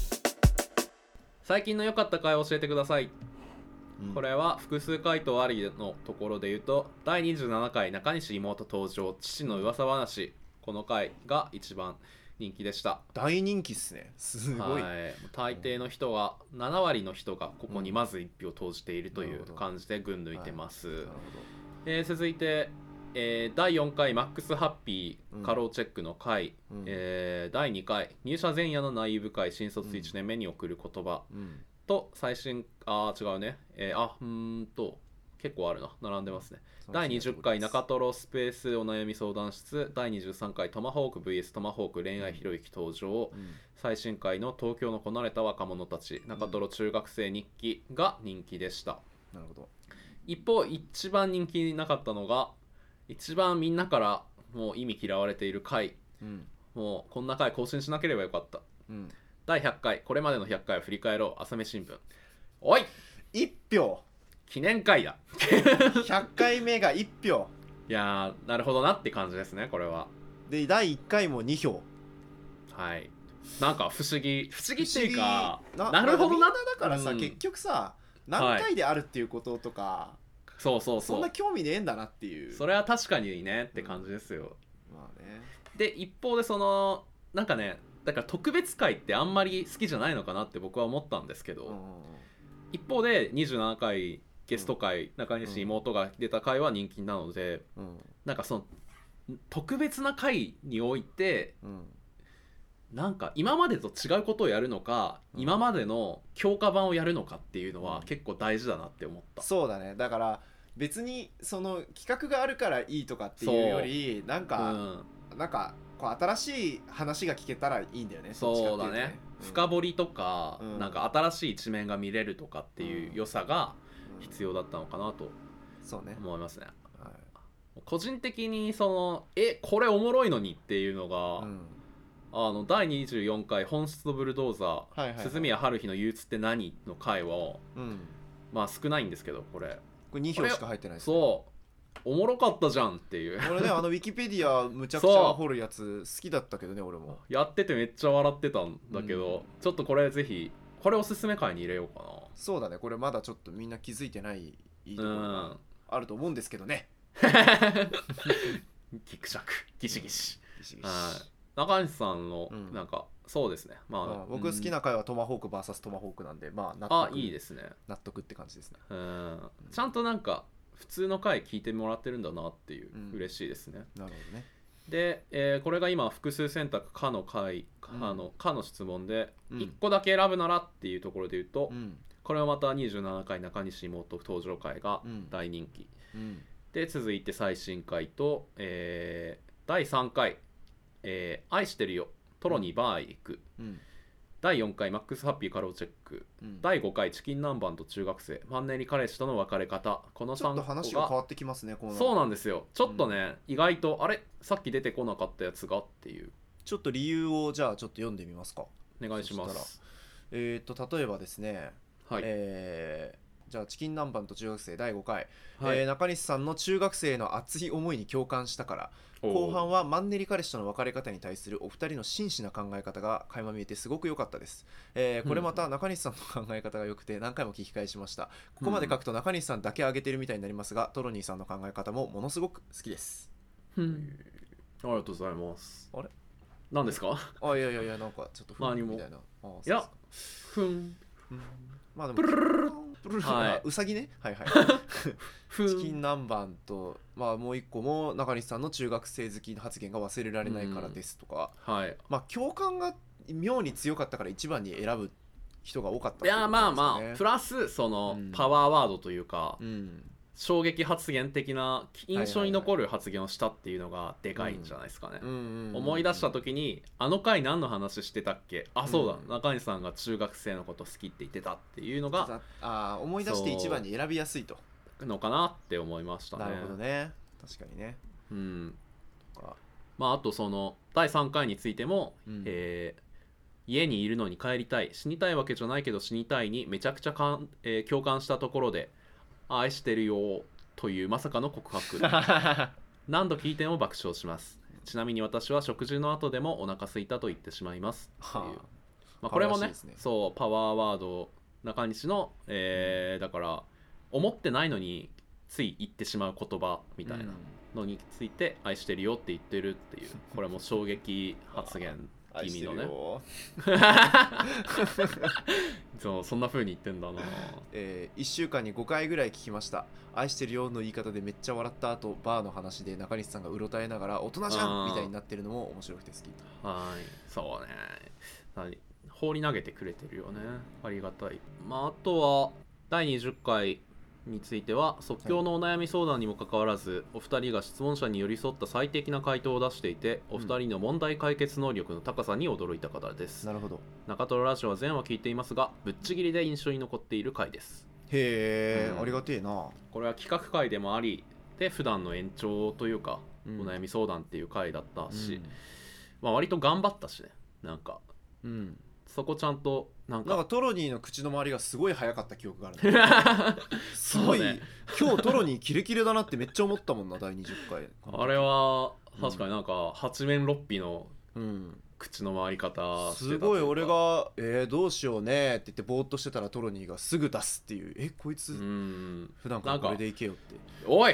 最近の良かった回を教えてください。これは複数回答ありのところで言うと、第27回中西妹登場父の噂話、この回が一番人気でした。 大人気っすね。すごい、 はい、大抵の人が7割の人がここにまず1票投じているという感じで群抜いてます。続いて、第4回マックスハッピー過労チェックの回、第2回入社前夜のナイーブ会新卒1年目に送る言葉、と最新違うね結構あるな、並んでますね。第20回中トロスペースお悩み相談室、第23回トマホーク VS トマホーク恋愛ひろゆき登場、最新回の東京のこなれた若者たち中トロ中学生日記が人気でした。 なるほど。 一方一番人気なかったのが、一番みんなからもう意味嫌われている回、もうこんな回更新しなければよかった、第100回これまでの100回を振り返ろう朝飯新聞。おい 1票記念回だ 100回目が1票いやーなるほどなって感じですね。これはで第1回も2票。 はい、なんか不思議っていうかなるほどな。みんなだからさ、結局さ何回であるっていうこととか、 はい、そうそんな興味ねえんだなっていう。 それは確かにねって感じですよ、 まあね。 で一方でそのなんかね、だから特別回ってあんまり好きじゃないのかなって僕は思ったんですけど、一方で27回ゲスト回、中西妹が出た回は人気なので、なんかその特別な回において、なんか今までと違うことをやるのか、今までの強化版をやるのかっていうのは結構大事だなって思った。 そうだね。だから別にその企画があるからいいとかっていうより、なんかこう新しい話が聞けたらいいんだよね。 そうだね、深掘りとか、なんか新しい一面が見れるとかっていう良さが必要だったのかなと思いますね。個人的にそのこれおもろいのにっていうのが、第24回本質のブルドーザー、鈴宮春日の憂鬱って何の回は、まあ少ないんですけど、これ 2票しか入ってないです、 ね、そうおもろかったじゃんっていう。 俺ねウィキペディアむちゃくちゃ掘るやつ好きだったけどね。俺もやっててめっちゃ笑ってたんだけど、ちょっとこれぜひこれおすすめ回に入れようかな。 そうだね。これまだちょっとみんな気づいてないいいところがあると思うんですけどね。 ギクシャクギシギシ。中西さんのなんか、そうですね、まあ僕好きな回はトマホーク VS トマホークなんで、まあいいですね。 納得って感じですね。 ちゃんとなんか普通の回聞いてもらってるんだなっていう、嬉しいですね。 なるほどね。 で、これが今複数選択かの回、かの質問で、1個だけ選ぶならっていうところで言うと、これはまた27回中西妹登場回が大人気、で続いて最新回と、第3回、愛してるよトロにバーへ行く、第4回マックスハッピーカローチェック、第5回チキン南蛮と中学生マンネリ彼氏との別れ方、この3個がちょっと話が変わってきますね。 そうなんですよ。ちょっとね、意外とあれさっき出てこなかったやつがっていう。 ちょっと理由をじゃあちょっと読んでみますか。 お願いします。 例えばですね、じゃあチキン南蛮と中学生第5回、中西さんの中学生への熱い思いに共感したから、後半はマンネリ彼氏との別れ方に対するお二人の真摯な考え方が垣間見えてすごく良かったです。これまた中西さんの考え方が良くて何回も聞き返しました。ここまで書くと中西さんだけ上げてるみたいになりますが、トロニーさんの考え方もものすごく好きです。 ありがとうございます。 あれ何ですか？ いやなんかちょっとふんみたいな。 いやふんまあでもうさぎね。チキン南蛮と、まあもう一個も中西さんの中学生好き発言が忘れられないからですとか、まあ共感が妙に強かったから一番に選ぶ人が多かったってことですね。 いやまあプラスそのパワーワードというか、 衝撃発言的な印象に残る発言をしたっていうのがでかいんじゃないですかね。思い出した時にあの回何の話してたっけ、あそうだ、中西さんが中学生のこと好きって言ってたっていうのが思い出して一番に選びやすいとのかなって思いましたね。 なるほどね、確かにね。 まああとその第3回についても、家にいるのに帰りたい、死にたいわけじゃないけど死にたいにめちゃくちゃ共感したところで愛してるよというまさかの告白何度聞いても爆笑します。ちなみに私は食事の後でもお腹空いたと言ってしまいますっていう、まあ、これもねそうパワーワード中西の、だから思ってないのについ言ってしまう言葉みたいなのについて愛してるよって言ってるっていう、これも衝撃発言気味のねそんな風に言ってんだな。 1週間に5回ぐらい聞きました。愛してるよの言い方でめっちゃ笑った後、バーの話で中西さんがうろたえながら大人じゃんみたいになってるのも面白くて好き。 はいそうね、放り投げてくれてるよね、ありがたい。まああとは第20回については即興のお悩み相談にもかかわらず、お二人が質問者に寄り添った最適な回答を出していて、お二人の問題解決能力の高さに驚いた方です。 なるほど。 中トロラジオは全話聞いていますが、ぶっちぎりで印象に残っている回です。 へえ、ありがてえな。 これは企画回でもありで、普段の延長というか、お悩み相談っていう回だったし、まあ割と頑張ったしね、なんか、そこちゃんとなんかトロニーの口の周りがすごい早かった記憶がある、すごい、ね、今日トロニーキレキレだなってめっちゃ思ったもんな第20回。 あれは確かになんか八面六臂の口の回り方してた、 すごい。俺がどうしようねって言ってぼーっとしてたらトロニーがすぐ出すっていう、こいつ普段からこれでいけよって。 おい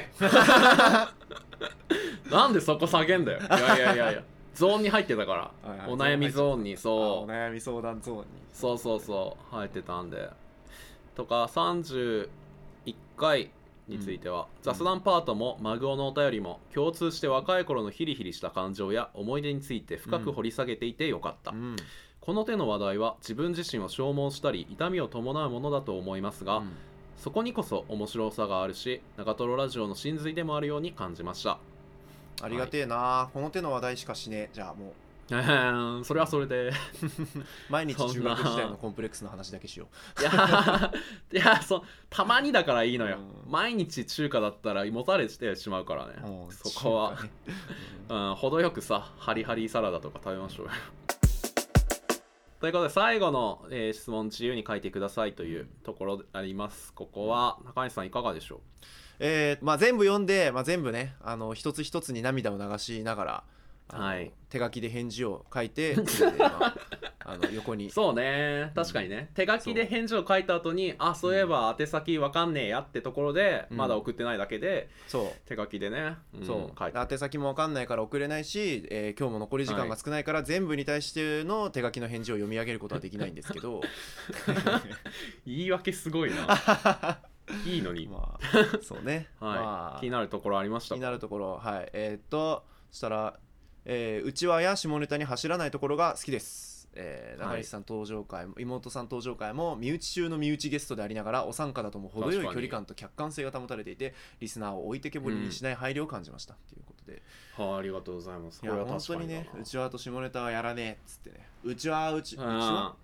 なんでそこ下げんだよ。いやゾーンに入ってたから、はいはい、お悩みゾーンに、そうお悩み相談ゾーンにそう入ってたんでとか。31回については、雑談パートもマグオのお便りも共通して若い頃のヒリヒリした感情や思い出について深く掘り下げていてよかった、この手の話題は自分自身を消耗したり痛みを伴うものだと思いますが、そこにこそ面白さがあるし、中トロラジオの真髄でもあるように感じました。 ありがてえな、この手の話題しかしねえ。じゃあもうそれはそれで毎日中学時代のコンプレックスの話だけしよう。いやたまにだからいいのよ、毎日中華だったらもたれてしまうからね、そこは、程よくさハリハリサラダとか食べましょうよということで最後の、質問自由に書いてくださいというところであります。ここは中西さんいかがでしょう。 まあ、全部読んで、全部ね一つ一つに涙を流しながら手書きで返事を書いて横にそうね、確かにね、手書きで返事を書いた後にそういえば宛先わかんねえやってところで、まだ送ってないだけで、手書きでね、 書いて宛先もわかんないから送れないし、今日も残り時間が少ないから全部に対しての手書きの返事を読み上げることはできないんですけど言い訳すごいないいのにそうね、 気になるところありましたか。 気になるところ、そしたらうちわや下ネタに走らないところが好きです。中西さん登場回も妹さん登場回も身内中の身内ゲストでありながらお三方とも程よい距離感と客観性が保たれていて、リスナーを置いてけぼりにしない配慮を感じましたということで、 ありがとうございます。 これは本当にね、うちわと下ネタはやらねえっつってね、うちわと下ネタや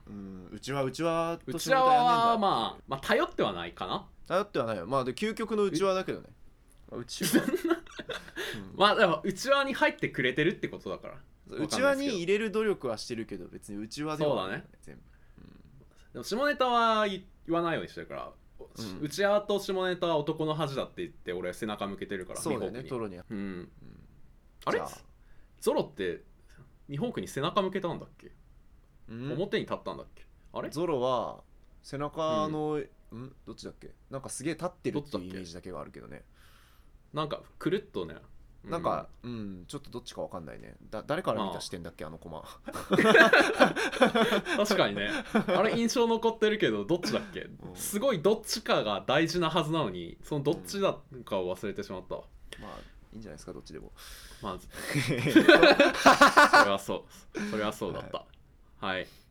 はまあ頼ってはないかな。 頼ってはないよ。で究極のうちわだけどね。うちわでもうちわに入ってくれてるってことだから、 うちわに入れる努力はしてるけど別にうちわではない、全部。でも下ネタは言わないようにしてるから、うちわと下ネタは男の恥だって言って俺背中向けてるから。 そうだよね、トロには。 あれゾロってミホークに背中向けたんだっけ、表に立ったんだっけ。あれゾロは背中のどっちだっけ、なんかすげえ立ってるっていうイメージだけがあるけどね。 なんかくるっとね、 なんかちょっとどっちかわかんないね。誰から見た視点だっけ、あのコマ確かにね、あれ印象残ってるけどどっちだっけ、すごいどっちかが大事なはずなのにそのどっちだかを忘れてしまった。 いいんじゃないですか、どっちでも。 それはそうだった。はい。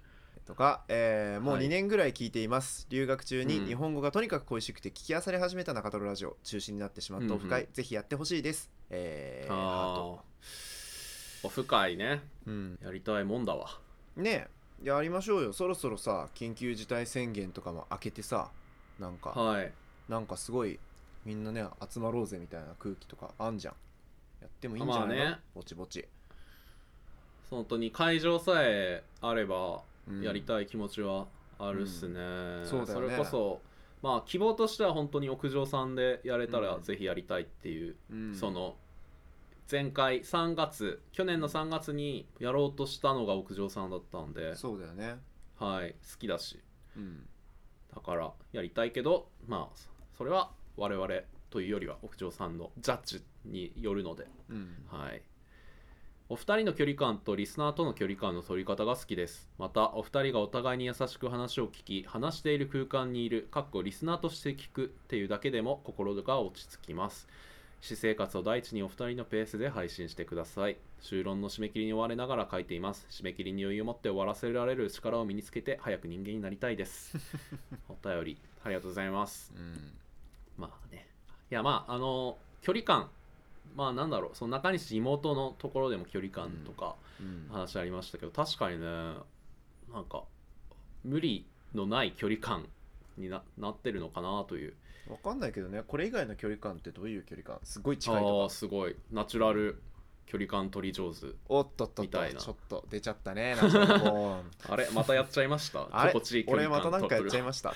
とか、もうはい 2年ぐらい聞いています。留学中に日本語がとにかく恋しくて聞き漁れ始めた中トロラジオ、中止になってしまったオフ会、ぜひやってほしいです。ハート。 オフ会ね、 うん、 やりたいもんだわねえ、やりましょうよ。そろそろさ、緊急事態宣言とかも明けてさ、なんかすごいみんなね集まろうぜみたいな空気とかあんじゃん。やってもいいんじゃないの、 まあね、 ぼちぼち。 本当に会場さえあればやりたい気持ちはあるっすね、 そうだよね。 それこそまあ希望としては本当に屋上さんでやれたらぜひやりたいっていう、その前回去年の3月にやろうとしたのが屋上さんだったんで、 そうだよね。 はい、好きだし、だからやりたいけど、まあそれは我々というよりは屋上さんのジャッジによるので、はい。お二人の距離感とリスナーとの距離感の取り方が好きです。またお二人がお互いに優しく話を聞き、話している空間にいるリスナーとして聞くっていうだけでも心が落ち着きます。私生活を第一にお二人のペースで配信してください。修論の締め切りに追われながら書いています。締め切りに余裕を持って終わらせられる力を身につけて早く人間になりたいです。お便りありがとうございます。まあね、いやまあ距離感、まあなんだろう、その中西妹のところでも距離感とか話ありましたけど、確かにね、なんか無理のない距離感に なってるのかなという。 わかんないけどね、これ以外の距離感ってどういう距離感？すごい近いとか。 すごいナチュラル距離感取り上手おっとっとっと、 みたいな。 ちょっと出ちゃったね。なんかあれまたやっちゃいました。 あれ心地いい距離感。 俺またなんかやっちゃいました。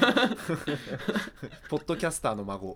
ポッドキャスターの孫。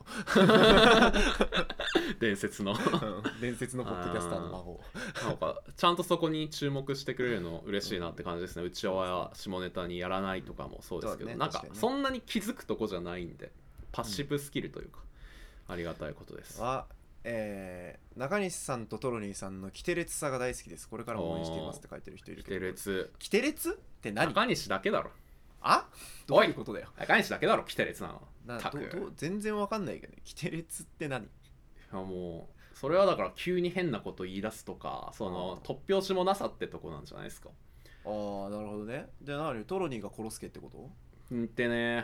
伝説の伝説のポッドキャスターの孫。 なんかちゃんとそこに注目してくれるの嬉しいなって感じですね。うちは下ネタにやらないとかもそうですけど、なんかそんなに気づくとこじゃないんで、パッシブスキルというか、ありがたいことです。 中西さんとトロニーさんのキテレツさが大好きです。これからも応援していますって書いてる人いるけど。キテレツって何？ 中西だけだろ。 どういうことだよ。 中西だけだろキテレツなの。 全然わかんないけど、キテレツって何？いやもうそれはだから急に変なこと言い出すとか、その突拍子もなさってとこなんじゃないですか。 なるほどね。でトロニーが殺すけってこと？ 言ってね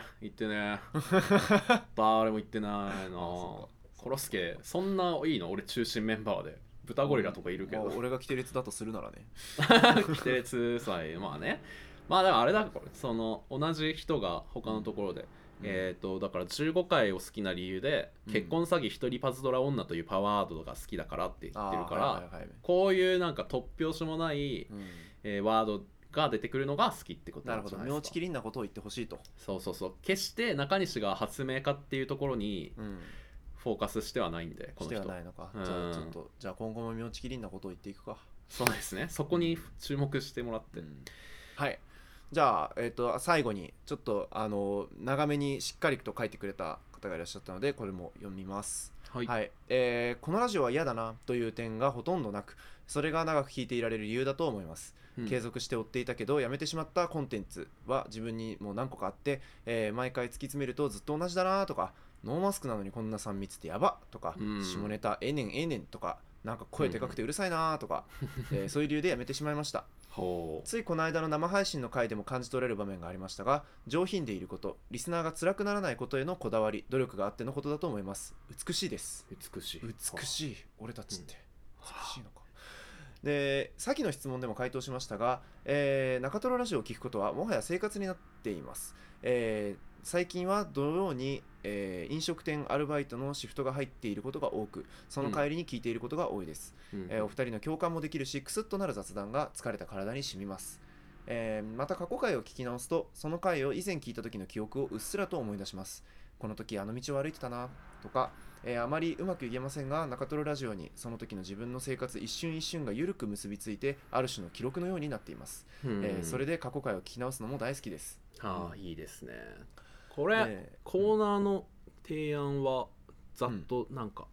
誰も言ってないな。殺すけそんないいの？俺中心メンバーで豚ゴリラとかいるけど、 俺がキテレツだとするならね。 キテレツさえまあね、まあでもあれだ、これその同じ人が他のところで、だから15回を好きな理由で、結婚詐欺一人パズドラ女というパワードが好きだからって言ってるから、こういうなんか突拍子もない、ワードが出てくるのが好きってことなんじゃないですか。 妙ちきりんなことを言ってほしいと。 そう決して中西が発明家っていうところに、フォーカスしてはないんで、この人してはないのか。じゃあ今後も妙ちきりんなことを言っていくか。 そうですね、そこに注目してもらって、 はい。じゃあ、最後にちょっと長めにしっかりと書いてくれた方がいらっしゃったので、これも読みます。はい。このラジオは嫌だなという点がほとんどなく、それが長く聞いていられる理由だと思います。継続して追っていたけどやめてしまったコンテンツは自分にも何個かあって、毎回突き詰めるとずっと同じだなとか、ノーマスクなのにこんな3密ってやばとか、下ネタええねんとか、なんか声でかくてうるさいなとか、そういう理由でやめてしまいました。ついこの間の生配信の回でも感じ取れる場面がありましたが、上品でいること、リスナーが辛くならないことへのこだわり、努力があってのことだと思います。美しいです。 美しい。俺たちって美しいのか。で、先の質問でも回答しましたが、中トロラジオを聞くことはもはや生活になっています。最近は土曜に、飲食店アルバイトのシフトが入っていることが多く、その帰りに聞いていることが多いです。お二人の共感もできるし、クスッとなる雑談が疲れた体に染みます。また過去回を聞き直すと、その回を以前聞いた時の記憶をうっすらと思い出します。この時あの道を歩いてたなとか、あまりうまく言えませんが、中トロラジオにその時の自分の生活一瞬一瞬が緩く結びついて、ある種の記録のようになっています。それで過去回を聞き直すのも大好きです。 いいですね。これ、コーナーの提案はざっとなんか、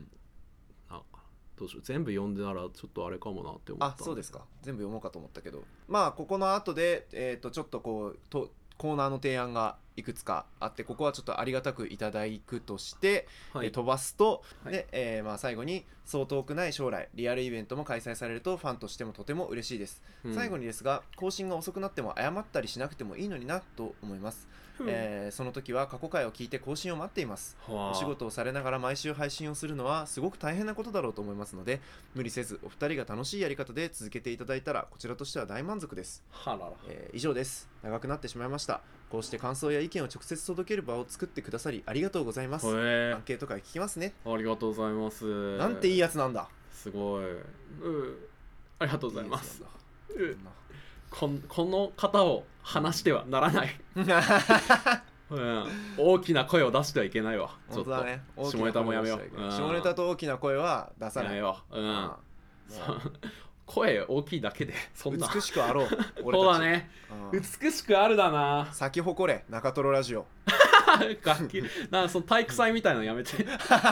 どうしよう、全部読んでならちょっとあれかもなって思った。 そうですか。全部読もうかと思ったけど、まあここの後でちょっとコーナーの提案がいくつかあって、ここはちょっとありがたくいただくとして、 はい飛ばすと、 はいで、最後にそう遠くない将来リアルイベントも開催されるとファンとしてもとても嬉しいです、最後にですが、更新が遅くなっても謝ったりしなくてもいいのになと思います、その時は過去回を聞いて更新を待っています。お仕事をされながら毎週配信をするのはすごく大変なことだろうと思いますので、無理せずお二人が楽しいやり方で続けていただいたらこちらとしては大満足です。 はらら、 以上です。長くなってしまいました。こうして感想や意見を直接届ける場を作ってくださりありがとうございます。アンケート会聞きますね。 ありがとうございます。 なんていいやつなんだ。 すごい、ありがとうございます。 いいやつなんだ。 この方を話してはならない大きな声を出してはいけないわ。ちょっと、ね、下ネタもやめよう。 下ネタと大きな声は出さない。 やめよう。声大きいだけでそんな美しくあろう。 そうだね、美しくあるだな。 咲き誇れ中トロラジオ楽器なんかその体育祭みたいなのやめて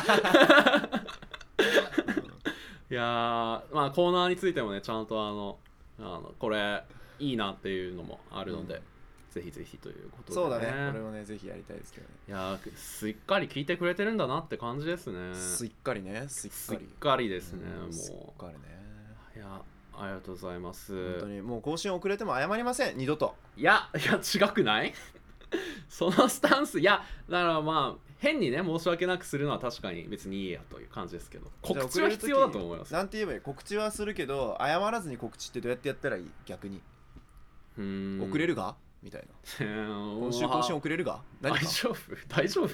いやまあコーナーについてもね、ちゃんとこれいいなっていうのもあるので、ぜひぜひということで、ね、 そうだね、これもねぜひやりたいですけどね。 いやすっかり聞いてくれてるんだなって感じですね。 すっかりね、すっかりですね、もうすっかりね。 いやありがとうございます。 本当にもう更新遅れても謝りません、二度と。 いや違くないそのスタンス、いやだからまあ変にね申し訳なくするのは確かに別にいいやという感じですけど、告知は必要だと思います。 なんて言えばいい、告知はするけど謝らずに告知ってどうやってやったらいい、逆に。遅れるがみたいな。今週更新遅れるが大丈夫大丈夫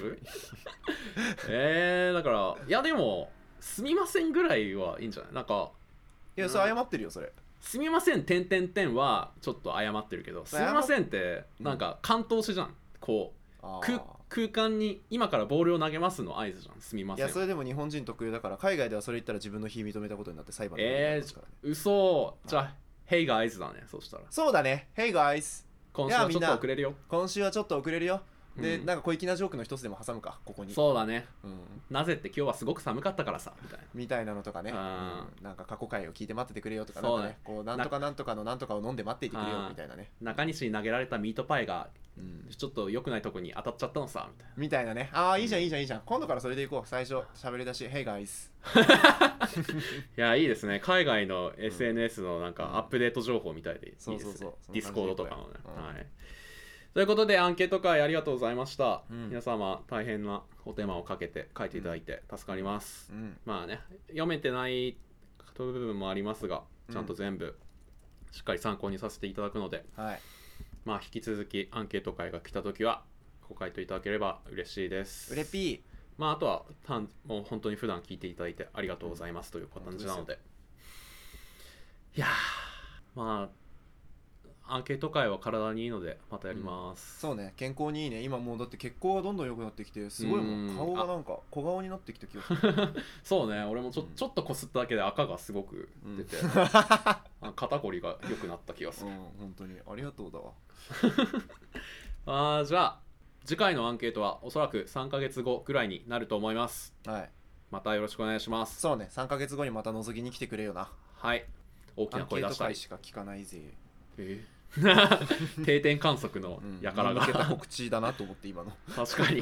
だからいやでもすみませんぐらいはいいんじゃない。なんかいやそれ謝ってるよ。それすみません点々点はちょっと謝ってるけど、すみませんってなんか関東しじゃん。こう空間に今からボールを投げますの合図じゃん、すみません。 いやそれでも日本人特有だから、海外ではそれ言ったら自分の非認めたことになって裁判になりますからね。 嘘。じゃあHey guys だね。そしたらそうだね、 Hey guys 今週はちょっと遅れるよ。 今週はちょっと遅れるよ。で、なんか小粋なジョークの一つでも挟むか、ここに。 そうだね、なぜって今日はすごく寒かったからさみたいなのとかね、なんか過去回を聞いて待っててくれよとか、なんかね、こうなんとかなんとかのなんとかを飲んで待っていてくれよみたいなね。 中西に投げられたミートパイがちょっと良くないとこに当たっちゃったのさみたいなね。ああいいじゃんいいじゃんいいじゃん、今度からそれでいこう。最初喋り出し Hey guys いやいいですね、海外の SNS のなんかアップデート情報みたいでいいですね。ディスコードとかのね、はいということでアンケート会ありがとうございました、皆様大変なお手間をかけて書いていただいて助かります、まあね読めてない部分もありますがちゃんと全部しっかり参考にさせていただくので、まあ引き続きアンケート会が来た時はご回答いただければ嬉しいです。 うれぴー。 まああとはもう本当に普段聞いていただいてありがとうございますという感じなので、いやまあアンケート会は体にいいのでまたやります、 そうね、健康にいいね。今もうだって血行がどんどん良くなってきて、すごいもん、顔がなんか小顔になってきた気がするそうね、俺もちょっとこすっただけで赤がすごく出て、肩こりが良くなった気がする、 本当にありがとうだわじゃあ次回のアンケートはおそらく3ヶ月後くらいになると思います。またよろしくお願いします。 そうね、3ヶ月後にまた覗きに来てくれよな。 はい、大きな声出したい。 アンケート会しか聞かないぜ。 定点観測の輩が抜けた告知だなと思って今の確かに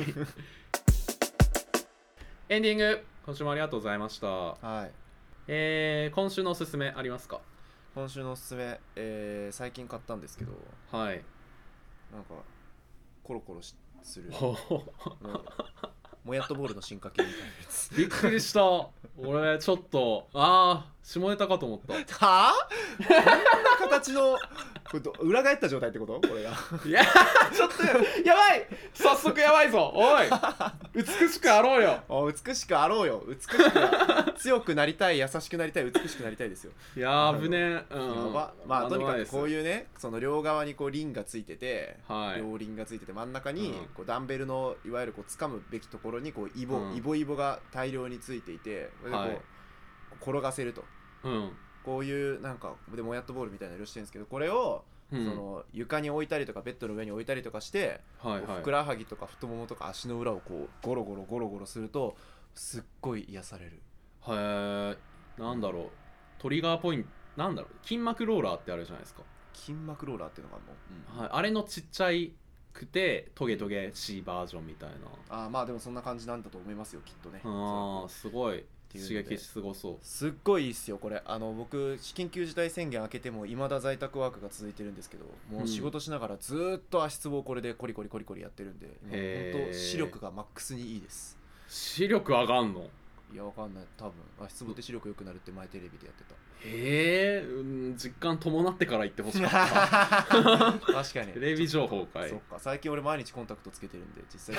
エンディング、今週もありがとうございました。今週のおすすめありますか？ 今週のおすすめ、最近買ったんですけど、なんかコロコロするもやっとボールの進化系みたいなやつ。 びっくりした。俺ちょっと下ネタかと思った。 はあ？こんな形の裏返った状態ってこと？これが。 いやちょっとやばい。早速やばいぞ。おい。美しくあろうよ。 美しくあろうよ。美しく強くなりたい、優しくなりたい、美しくなりたいですよ。 いや危ねえ。 まあとにかくこういうね、その両側にこうリンがついてて、両輪がついてて真ん中にこうダンベルのいわゆるこう掴むべきところにこうイボが大量についていて、これでこう転がせると。こういうなんかでもやっとボールみたいな色してるんですけど、これをその床に置いたりとかベッドの上に置いたりとかして、ふくらはぎとか太ももとか足の裏をこうゴロゴロするとすっごい癒される。 なんだろう、トリガーポイント筋膜ローラーってあるじゃないですか。 筋膜ローラーっていうのがあるの？ あれのちっちゃいくてトゲトゲしいバージョンみたいな。 まあでもそんな感じなんだと思いますよきっとね。 すごい刺激すごそう。 すっごいいいっすよこれ。僕緊急事態宣言明けても未だ在宅ワークが続いてるんですけど、もう仕事しながらずーっと足つぼをこれでコリコリコリコリやってるんで、本当視力がマックスにいいです。 視力上がんの？ いやわかんない、多分足つぼって視力良くなるって前テレビでやってた。 実感伴ってから言ってほしかった確かにテレビ情報かい。 そっか、最近俺毎日コンタクトつけてるんで実際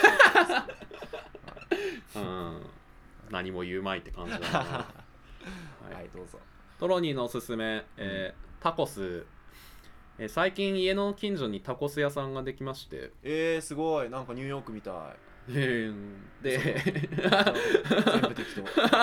何も言うまいって感じだなはい、どうぞ。 トロニーのおすすめ、タコス、最近家の近所にタコス屋さんができまして。 すごい、なんかニューヨークみたい。 で全部適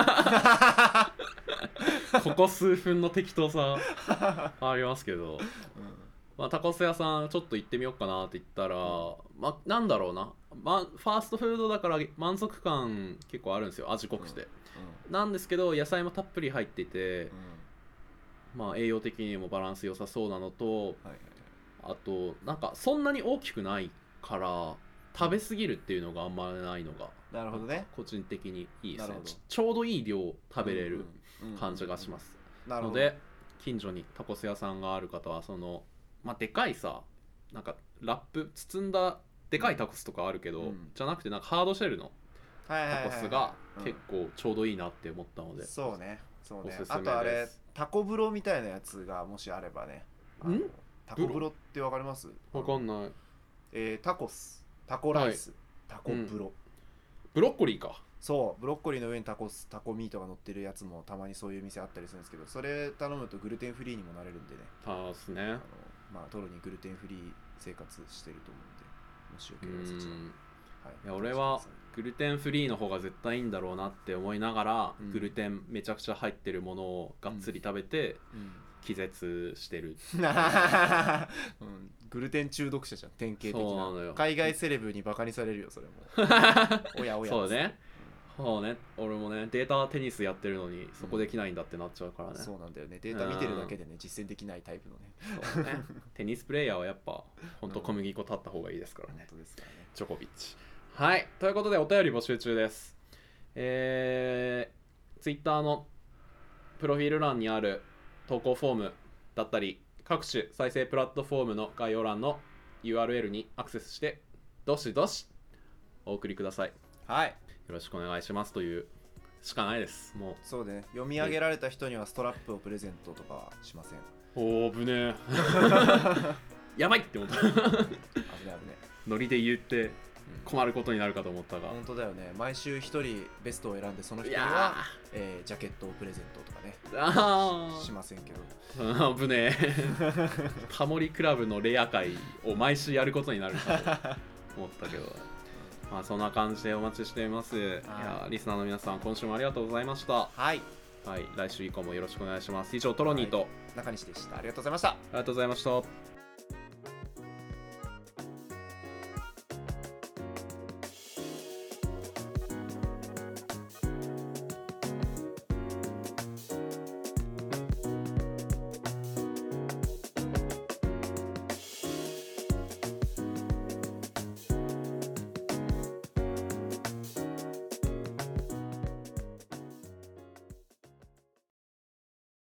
当ここ数分の適当さありますけど、タコス屋さんちょっと行ってみようかなって言ったら、なんだろうな、ファーストフードだから満足感結構あるんですよ、味濃くて、なんですけど野菜もたっぷり入っていて、栄養的にもバランス良さそうなのと、あとなんかそんなに大きくないから食べ過ぎるっていうのがあんまりないのが、 なるほどね、 個人的にいいですね。ちょうどいい量食べれる感じがします。ので近所にタコス屋さんがある方はでかいさ、なんかラップ包んだでかいタコスとかあるけど、じゃなくてなんかハードシェルのタコスが結構ちょうどいいなって思ったので、 そうねそうね。 あとあれタコ風呂みたいなやつがもしあればね。タコ風呂ってわかります？ わかんない。 タコス、タコライス、タコ風呂、 ブロッコリーか。 そう、ブロッコリーの上にタコミートが乗ってるやつもたまにそういう店あったりするんですけど、それ頼むとグルテンフリーにもなれるんでね。 ですね。 トロにグルテンフリー生活してると思うんで、もしよければそちら。 いや俺はグルテンフリーの方が絶対いいんだろうなって思いながら、グルテンめちゃくちゃ入ってるものをがっつり食べて、気絶してる。 グルテン中毒者じゃん、典型的な。海外セレブにバカにされるよそれも。おやおや。 そうね。俺もね、データテニスやってるのにそこできないんだってなっちゃうからね。 そうなんだよね、データ見てるだけでね、実践できないタイプのね。 そうね。テニスプレイヤーはやっぱ本当小麦粉立った方がいいですからね。 本当ですからね。 ジョコビッチ。はい、ということでお便り募集中です。Twitter のプロフィール欄にある投稿フォームだったり各種再生プラットフォームの概要欄の URL にアクセスしてどしどしお送りください。 はい、 よろしくお願いしますというしかないです。もうそうでね、読み上げられた人にはストラップをプレゼントとかはしません。 ぶねえやばいって思った危ない危ない。 ノリで言って困ることになるかと思ったが、 本当だよね。毎週一人ベストを選んでその人には、ジャケットをプレゼントとかねしませんけど、 危ねえタモリクラブのレア会を毎週やることになるかと思ったけどそんな感じでお待ちしています。いやリスナーの皆さん今週もありがとうございました。はい、来週以降もよろしくお願いします。以上トロニーと、 中西でした。ありがとうございました。 ありがとうございました。